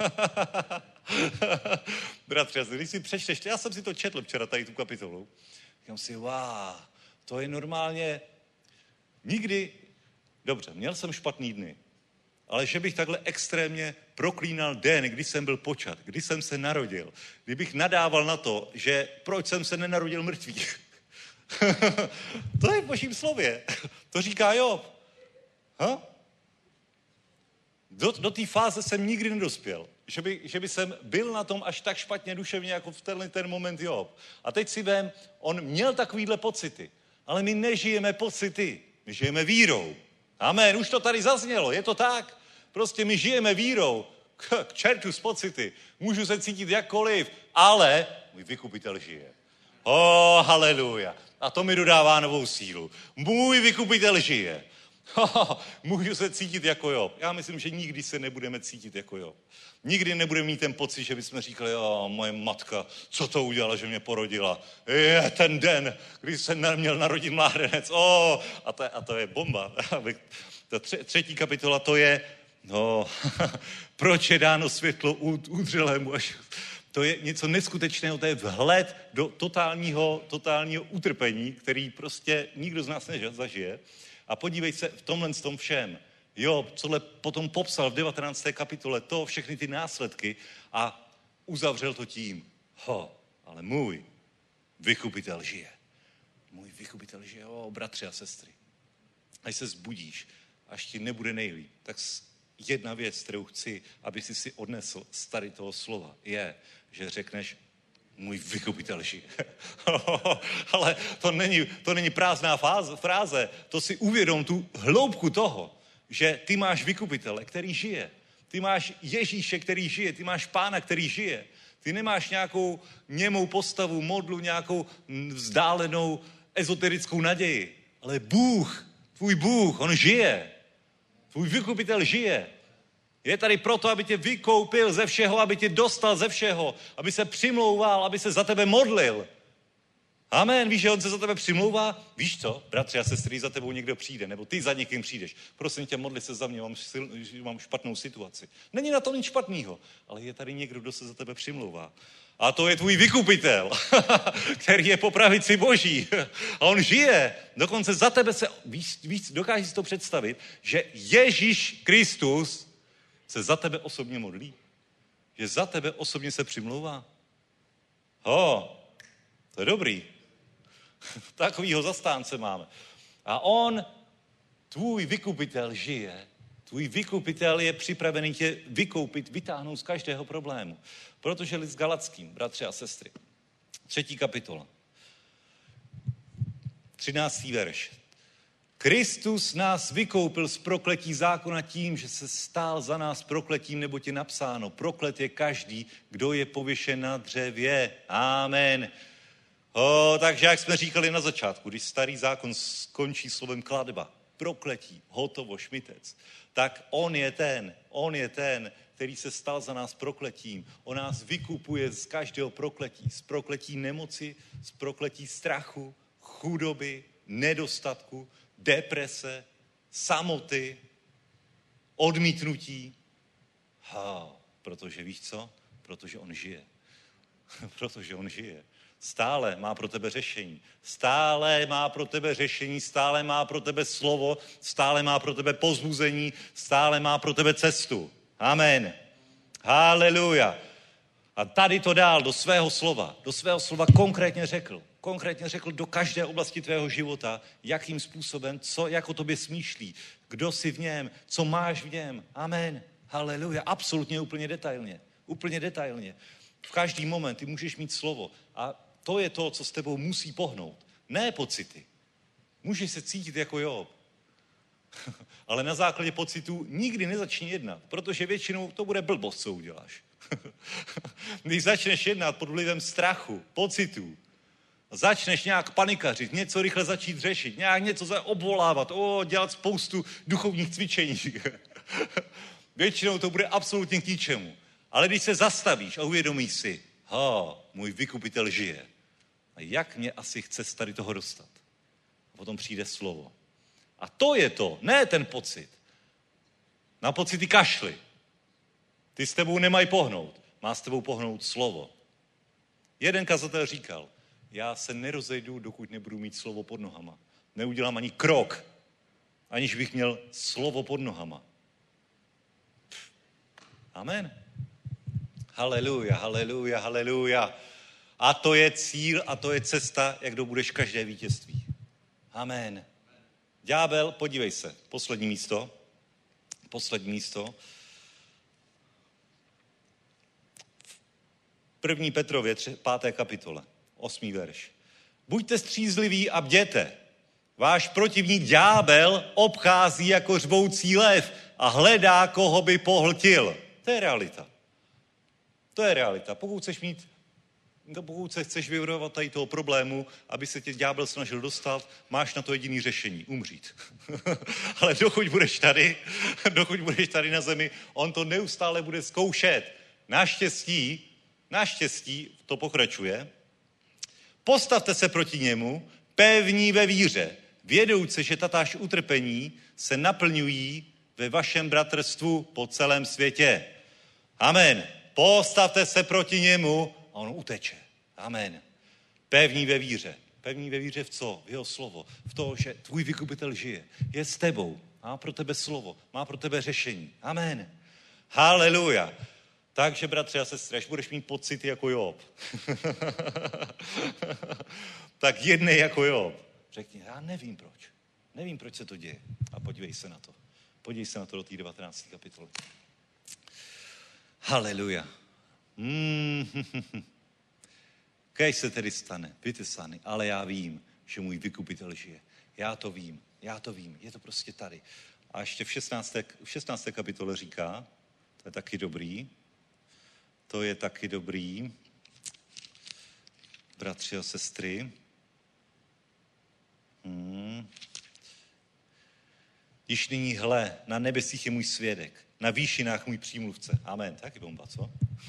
Bratře, když si přečteš, já jsem si to četl včera tady tu kapitolu, říkám si, wow, to je normálně, nikdy, dobře, měl jsem špatný dny, ale že bych takhle extrémně proklínal den, kdy jsem byl počat, kdy jsem se narodil, kdybych nadával na to, že proč jsem se nenarodil mrtvý. To je v Božím slově, to říká Job. Ha? Do, do té fáze jsem nikdy nedospěl. Že by, že by jsem byl na tom až tak špatně duševně, jako v tenhle ten moment Job. A teď si vem, on měl takovýhle pocity, ale my nežijeme pocity, my žijeme vírou. Amen, už to tady zaznělo, je to tak. Prostě my žijeme vírou, k, k čertu z pocity. Můžu se cítit jakkoliv, ale můj vykupitel žije. Oh, haleluja. A to mi dodává novou sílu. Můj vykupitel žije. Můžu se cítit jako Job. Já myslím, že nikdy se nebudeme cítit jako Job. Nikdy nebudeme mít ten pocit, že bychom říkali, jo, moje matka, co to udělala, že mě porodila. Je ten den, kdy se měl narodit mládenec. Oh, a, to, a to je bomba. Ta třetí kapitola, to je, no, proč je dáno světlo údřelému. Až, to je něco neskutečného, to je vhled do totálního, totálního utrpení, který prostě nikdo z nás nezažije. A podívej se v tomhle s tom všem. Job, cohle potom popsal v devatenácté kapitole, to, všechny ty následky a uzavřel to tím. Ho, ale můj vykupitel žije. Můj vykupitel žije, o, bratři a sestry. Až se zbudíš, až ti nebude nejlíp, tak jedna věc, kterou chci, aby si si odnesl z tady toho slova, je, že řekneš, můj vykupitel žije. Ale to není, to není prázdná fáze, fráze, to si uvědom tu hloubku toho, že ty máš vykupitele, který žije. Ty máš Ježíše, který žije. Ty máš Pána, který žije. Ty nemáš nějakou němou postavu, modlu, nějakou vzdálenou ezoterickou naději. Ale Bůh, tvůj Bůh, on žije. Tvůj vykupitel žije. Je tady proto, aby tě vykoupil ze všeho, aby tě dostal ze všeho, aby se přimlouval, aby se za tebe modlil. Amen, víš, že on se za tebe přimlouvá? Víš co, bratři a sestry, za tebou někdo přijde, nebo ty za někým přijdeš. Prosím tě, modli se za mě, mám, sil, mám špatnou situaci. Není na tom nic špatného, ale je tady někdo, kdo se za tebe přimlouvá. A to je tvůj vykupitel, který je po pravici Boží. A on žije. Dokonce za tebe se, víš, víš, dokážeš si to představit, že Ježíš Kristus se za tebe osobně modlí. Že za tebe osobně se přimlouvá. Ho, to je dobrý. Takovýho zastánce máme. A on, tvůj vykupitel žije, Tvůj vykupitel je připravený tě vykoupit, vytáhnout z každého problému. Protože list Galackým, bratři a sestry, třetí kapitola, třináctý verš. Kristus nás vykoupil z prokletí zákona tím, že se stál za nás prokletím, neboť je napsáno, proklet je každý, kdo je pověšen na dřevě. Amen. O, takže jak jsme říkali na začátku, když starý zákon skončí slovem kladba, prokletí, hotovo, šmitec, tak on je ten, on je ten, který se stal za nás prokletím. On nás vykupuje z každého prokletí, z prokletí nemoci, z prokletí strachu, chudoby, nedostatku, deprese, samoty, odmítnutí. Ha, protože víš co? Protože on žije. Protože on žije. Stále má pro tebe řešení. Stále má pro tebe řešení, stále má pro tebe slovo, stále má pro tebe povzbuzení, stále má pro tebe cestu. Amen. Haleluja. A tady to dál do svého slova, do svého slova konkrétně řekl. Konkrétně řekl do každé oblasti tvého života, jakým způsobem, co jako tobě smýšlí, kdo jsi v něm, co máš v něm. Amen. Haleluja. Absolutně úplně detailně. Úplně detailně. V každý moment ty můžeš mít slovo. A to je to, co s tebou musí pohnout. Ne pocity. Můžeš se cítit jako Job. Ale na základě pocitů nikdy nezačni jednat, protože většinou to bude blbost, co uděláš. Když začneš jednat pod vlivem strachu, pocitů, začneš nějak panikařit, něco rychle začít řešit, nějak něco obvolávat, o, dělat spoustu duchovních cvičení. Většinou to bude absolutně k ničemu. Ale když se zastavíš a uvědomíš si, ha, můj vykupitel žije. A jak mě asi chce z tady toho dostat? A potom přijde slovo. A to je to, ne ten pocit. Na pocity kašli. Ty s tebou nemají pohnout. Má s tebou pohnout slovo. Jeden kazatel říkal, já se nerozejdu, dokud nebudu mít slovo pod nohama. Neudělám ani krok, aniž bych měl slovo pod nohama. Amen. Haleluja, haleluja, haleluja. A to je cíl a to je cesta, jak dobudeš každé vítězství. Amen. Ďábel, podívej se, poslední místo, poslední místo. V první Petrově, tři, páté kapitole, osmý verš. Buďte střízliví a bděte. Váš protivník ďábel obchází jako řvoucí lev a hledá, koho by pohltil. To je realita. To je realita. Pokud chceš mít, pokud se chceš vyvarovat tady toho problému, aby se tě ďábel snažil dostat, máš na to jediný řešení, umřít. Ale dokud budeš tady, dokud budeš tady na zemi, on to neustále bude zkoušet. Naštěstí, naštěstí, to pokračuje, postavte se proti němu, pevní ve víře, vědouce, že tatáž utrpení se naplňují ve vašem bratrstvu po celém světě. Amen. Postavte se proti němu a on uteče. Amen. Pevní ve víře. Pevní ve víře v co? V jeho slovo. V to, že tvůj vykupitel žije. Je s tebou. Má pro tebe slovo. Má pro tebe řešení. Amen. Haleluja. Takže, bratři a sestry, až budeš mít pocity jako Job, tak jednej jako Job. Řekni, já nevím proč. Nevím, proč se to děje. A podívej se na to. Podívej se na to do té devatenácté kapitoly. Haleluja. Mm. Kéž se tedy stane, vytesaný, ale já vím, že můj vykupitel žije. Já to vím, já to vím, je to prostě tady. A ještě v šestnácté, v šestnácté kapitole říká, to je taky dobrý, to je taky dobrý, bratři a sestry. Hmm. Již nyní hle, na nebesích je můj svědek, na výšinách můj přímluvce. Amen. Taky bomba, co?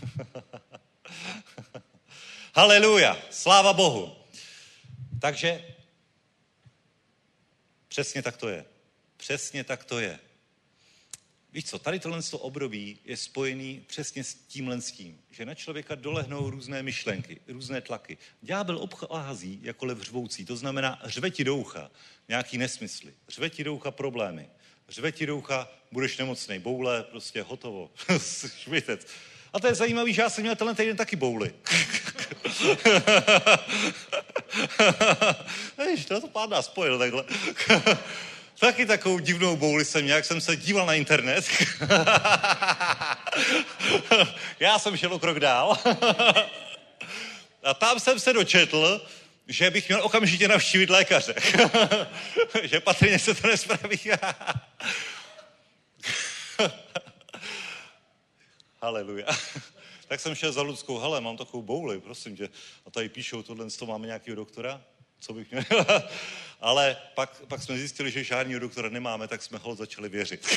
Haleluja. Sláva Bohu. Takže přesně tak to je. Přesně tak to je. Víš co, tady tohle období je spojený přesně s tímhle s tím, že na člověka dolehnou různé myšlenky, různé tlaky. Ďábel obchází jako lev řvoucí, to znamená řve ti do ucha nějaký nesmysly, řve ti do ucha problémy, řve ti do ucha, budeš nemocnej, boule, prostě hotovo, švitec. A to je zajímavý, že já jsem měl tenhle týden taky bouly. Víš, to pán nás spojil takhle. Taky takovou divnou bouli jsem měl, jak jsem se díval na internet. Já jsem šel o krok dál. A tam jsem se dočetl, že bych měl okamžitě navštívit lékaře. Že patrně se to nespraví. Haleluja. Tak jsem šel za Ludskou, hele, mám takovou bouli, prosím tě. A tady píšou, tohle, to máme nějakého doktora? Co bych měl? Ale pak, pak jsme zjistili, že žádného doktora nemáme, tak jsme ho začali věřit.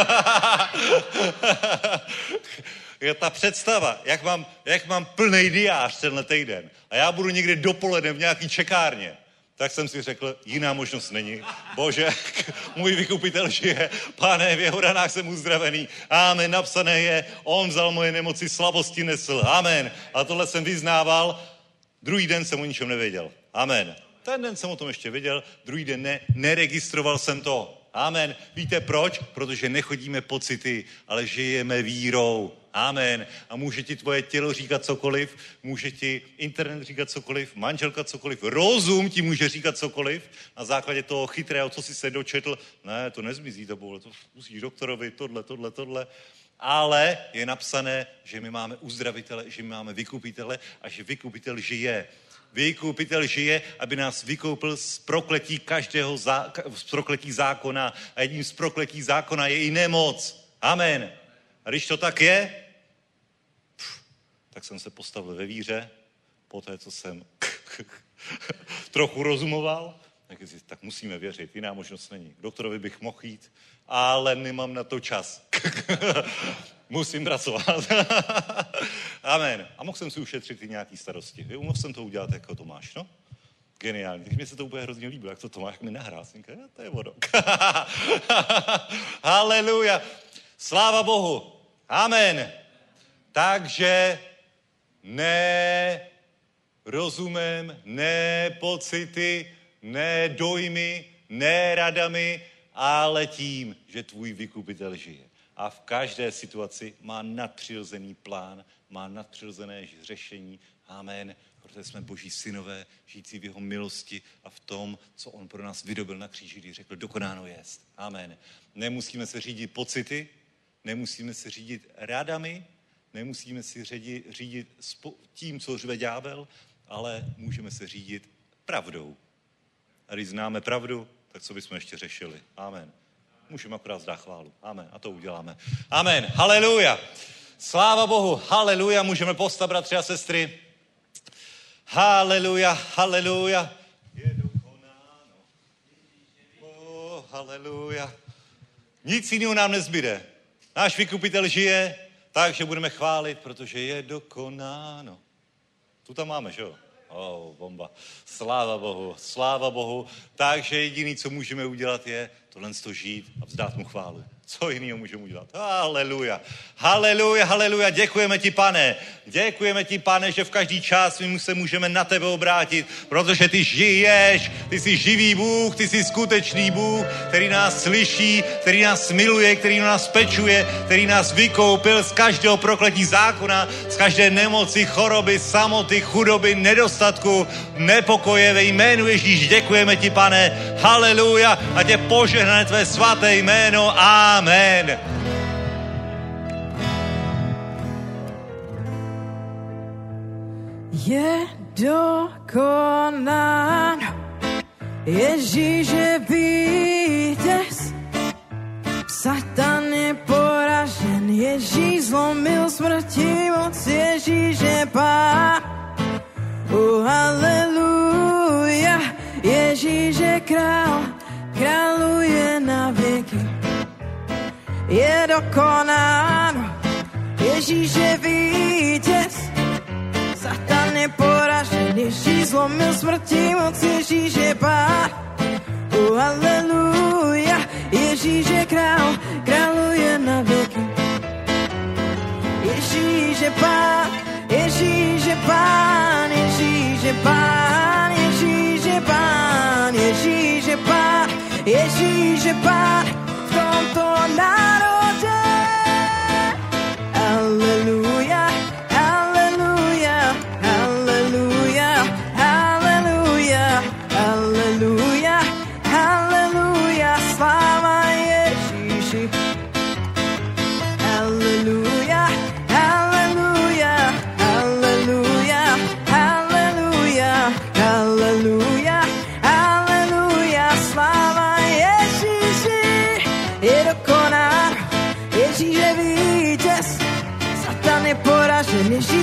Je ta představa, jak mám, jak mám plnej diář tenhle týden a já budu někde dopoledne v nějaký čekárně, tak jsem si řekl, jiná možnost není. Bože, můj vykupitel žije, Pane, v jeho ranách jsem uzdravený. Amen, napsané je, on vzal moje nemoci, slabosti nesl. Amen. A tohle jsem vyznával, druhý den jsem o ničem nevěděl. Amen. Ten den jsem o tom ještě věděl, druhý den ne, neregistroval jsem to. Amen. Víte proč? Protože nechodíme pocity, ale žijeme vírou. Amen. A může ti tvoje tělo říkat cokoliv, může ti internet říkat cokoliv, manželka cokoliv, rozum ti může říkat cokoliv. Na základě toho chytrého, co jsi se dočetl, ne, to nezmizí, to bude, to musíš doktorovi, tohle, tohle, tohle. Ale je napsané, že my máme uzdravitele, že my máme vykupitele a že vykupitel žije. Vykupitel žije, aby nás vykoupil z prokletí každého zá, z prokletí zákona. A jedním z prokletí zákona je i nemoc. Amen. A když to tak je, pff, tak jsem se postavil ve víře, poté, co jsem trochu rozumoval, tak, tak musíme věřit, jiná možnost není. K doktorovi bych mohl jít, ale nemám na to čas. Musím pracovat. Amen. A mohl jsem si ušetřit i nějaký starosti. Mohl jsem to udělat jako Tomáš, no? Geniální. Takže mi se to úplně hrozně líbilo, jak to Tomáš mi nahrál. Říká, to je ono. Haleluja. Sláva Bohu. Amen. Takže ne rozumem, ne pocity, ne dojmy, ne radami, ale tím, že tvůj vykupitel žije. A v každé situaci má nadpřirozený plán, má nadpřirozené řešení. Amen. Protože jsme boží synové, žijící v jeho milosti a v tom, co on pro nás vydobil na kříži, když řekl, dokonáno jest. Amen. Nemusíme se řídit pocity, nemusíme se řídit radami, nemusíme si řídit, řídit tím, co řve ďábel, ale můžeme se řídit pravdou. A když známe pravdu, tak co bychom ještě řešili? Amen. Můžeme akorát zdát chválu. Amen. A to uděláme. Amen. Haleluja. Sláva Bohu. Haleluja. Můžeme postat, bratři a sestry. Haleluja. Haleluja. Je dokonáno. Oh, haleluja. Nic jiného nám nezbyde. Náš vykupitel žije, takže budeme chválit, protože je dokonáno. Tu tam máme, že jo? Oh, bomba. Sláva Bohu, sláva Bohu. Takže jediný, co můžeme udělat, je tohle to žít a vzdát mu chválu. Co jiného můžeme udělat? Haleluja. Haleluja, haleluja. Děkujeme ti, Pane. Děkujeme ti, Pane, že v každý čas my se můžeme na tebe obrátit, protože ty žiješ, ty jsi živý Bůh, ty jsi skutečný Bůh, který nás slyší, který nás miluje, který nás pečuje, který nás vykoupil z každého prokletí zákona, z každé nemoci, choroby, samoty, chudoby, nedostatku, nepokoje ve jménu Ježíš. Děkujeme ti, Pane. Haleluja. A tě požehnané tvé svaté jméno. Amen. Je dokonáno, Ježíš je vítěz, Satan je poražen, Ježíš zlomil smrti moc, Ježíš je pán. Oh, haleluja, Ježíš je král, králuje na věky. Je dokonáno, Ježíš je vítěz, Satan je poražen, Ježíš zlomil smrti moc, Ježíš je pán. Oh, haleluja, Ježíš je král, králuje na věky. Ježíš je pán, Ježíš je pán, Ježíš je pán, Ježíš je pán, Ježíš je pán, Ježíš je pán v tomto národě. Aleluja, aleluja, aleluja, aleluja, aleluja, aleluja, sláva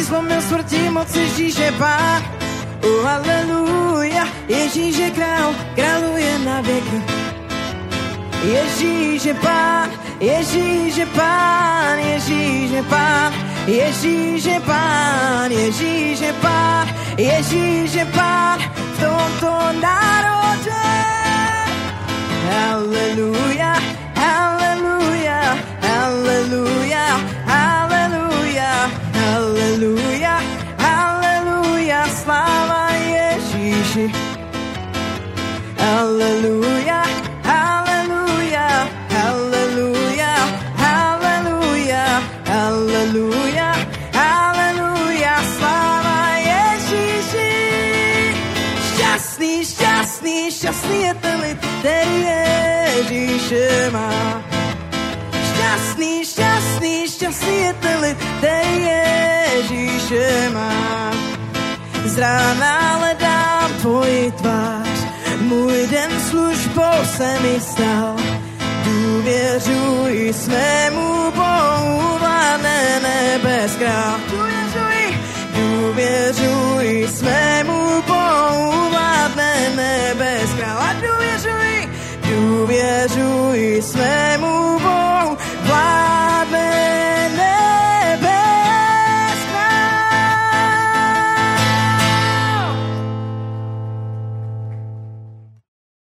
zlomil smrti moc, Ježíš je Pán. Oh, haleluja, Ježíš je král, králuje na věky. Ježíš je Pán, Ježíš je Pán, Ježíš je Pán, Ježíš je Pán, Ježíš je Pán, Ježíš je Pán v tomto národě. Haleluja, haleluja, haleluja, haleluja, haleluja, haleluja, sláva Ježíši. Haleluja, haleluja, haleluja, haleluja, haleluja, haleluja, sláva Ježíši. Šťastný, šťastný, šťastný je ten lid, který Ježíše má. Šťastný, šťastný, šťastný je ten lid, který Ježíše má. Z rána hledám tvoji tvář, můj den službou se mi stal. Důvěřuji svému Bohu, vládne nebes král. Důvěřuji, důvěřuji svému Bohu, vládne nebes král. A důvěřuji, důvěřuji svému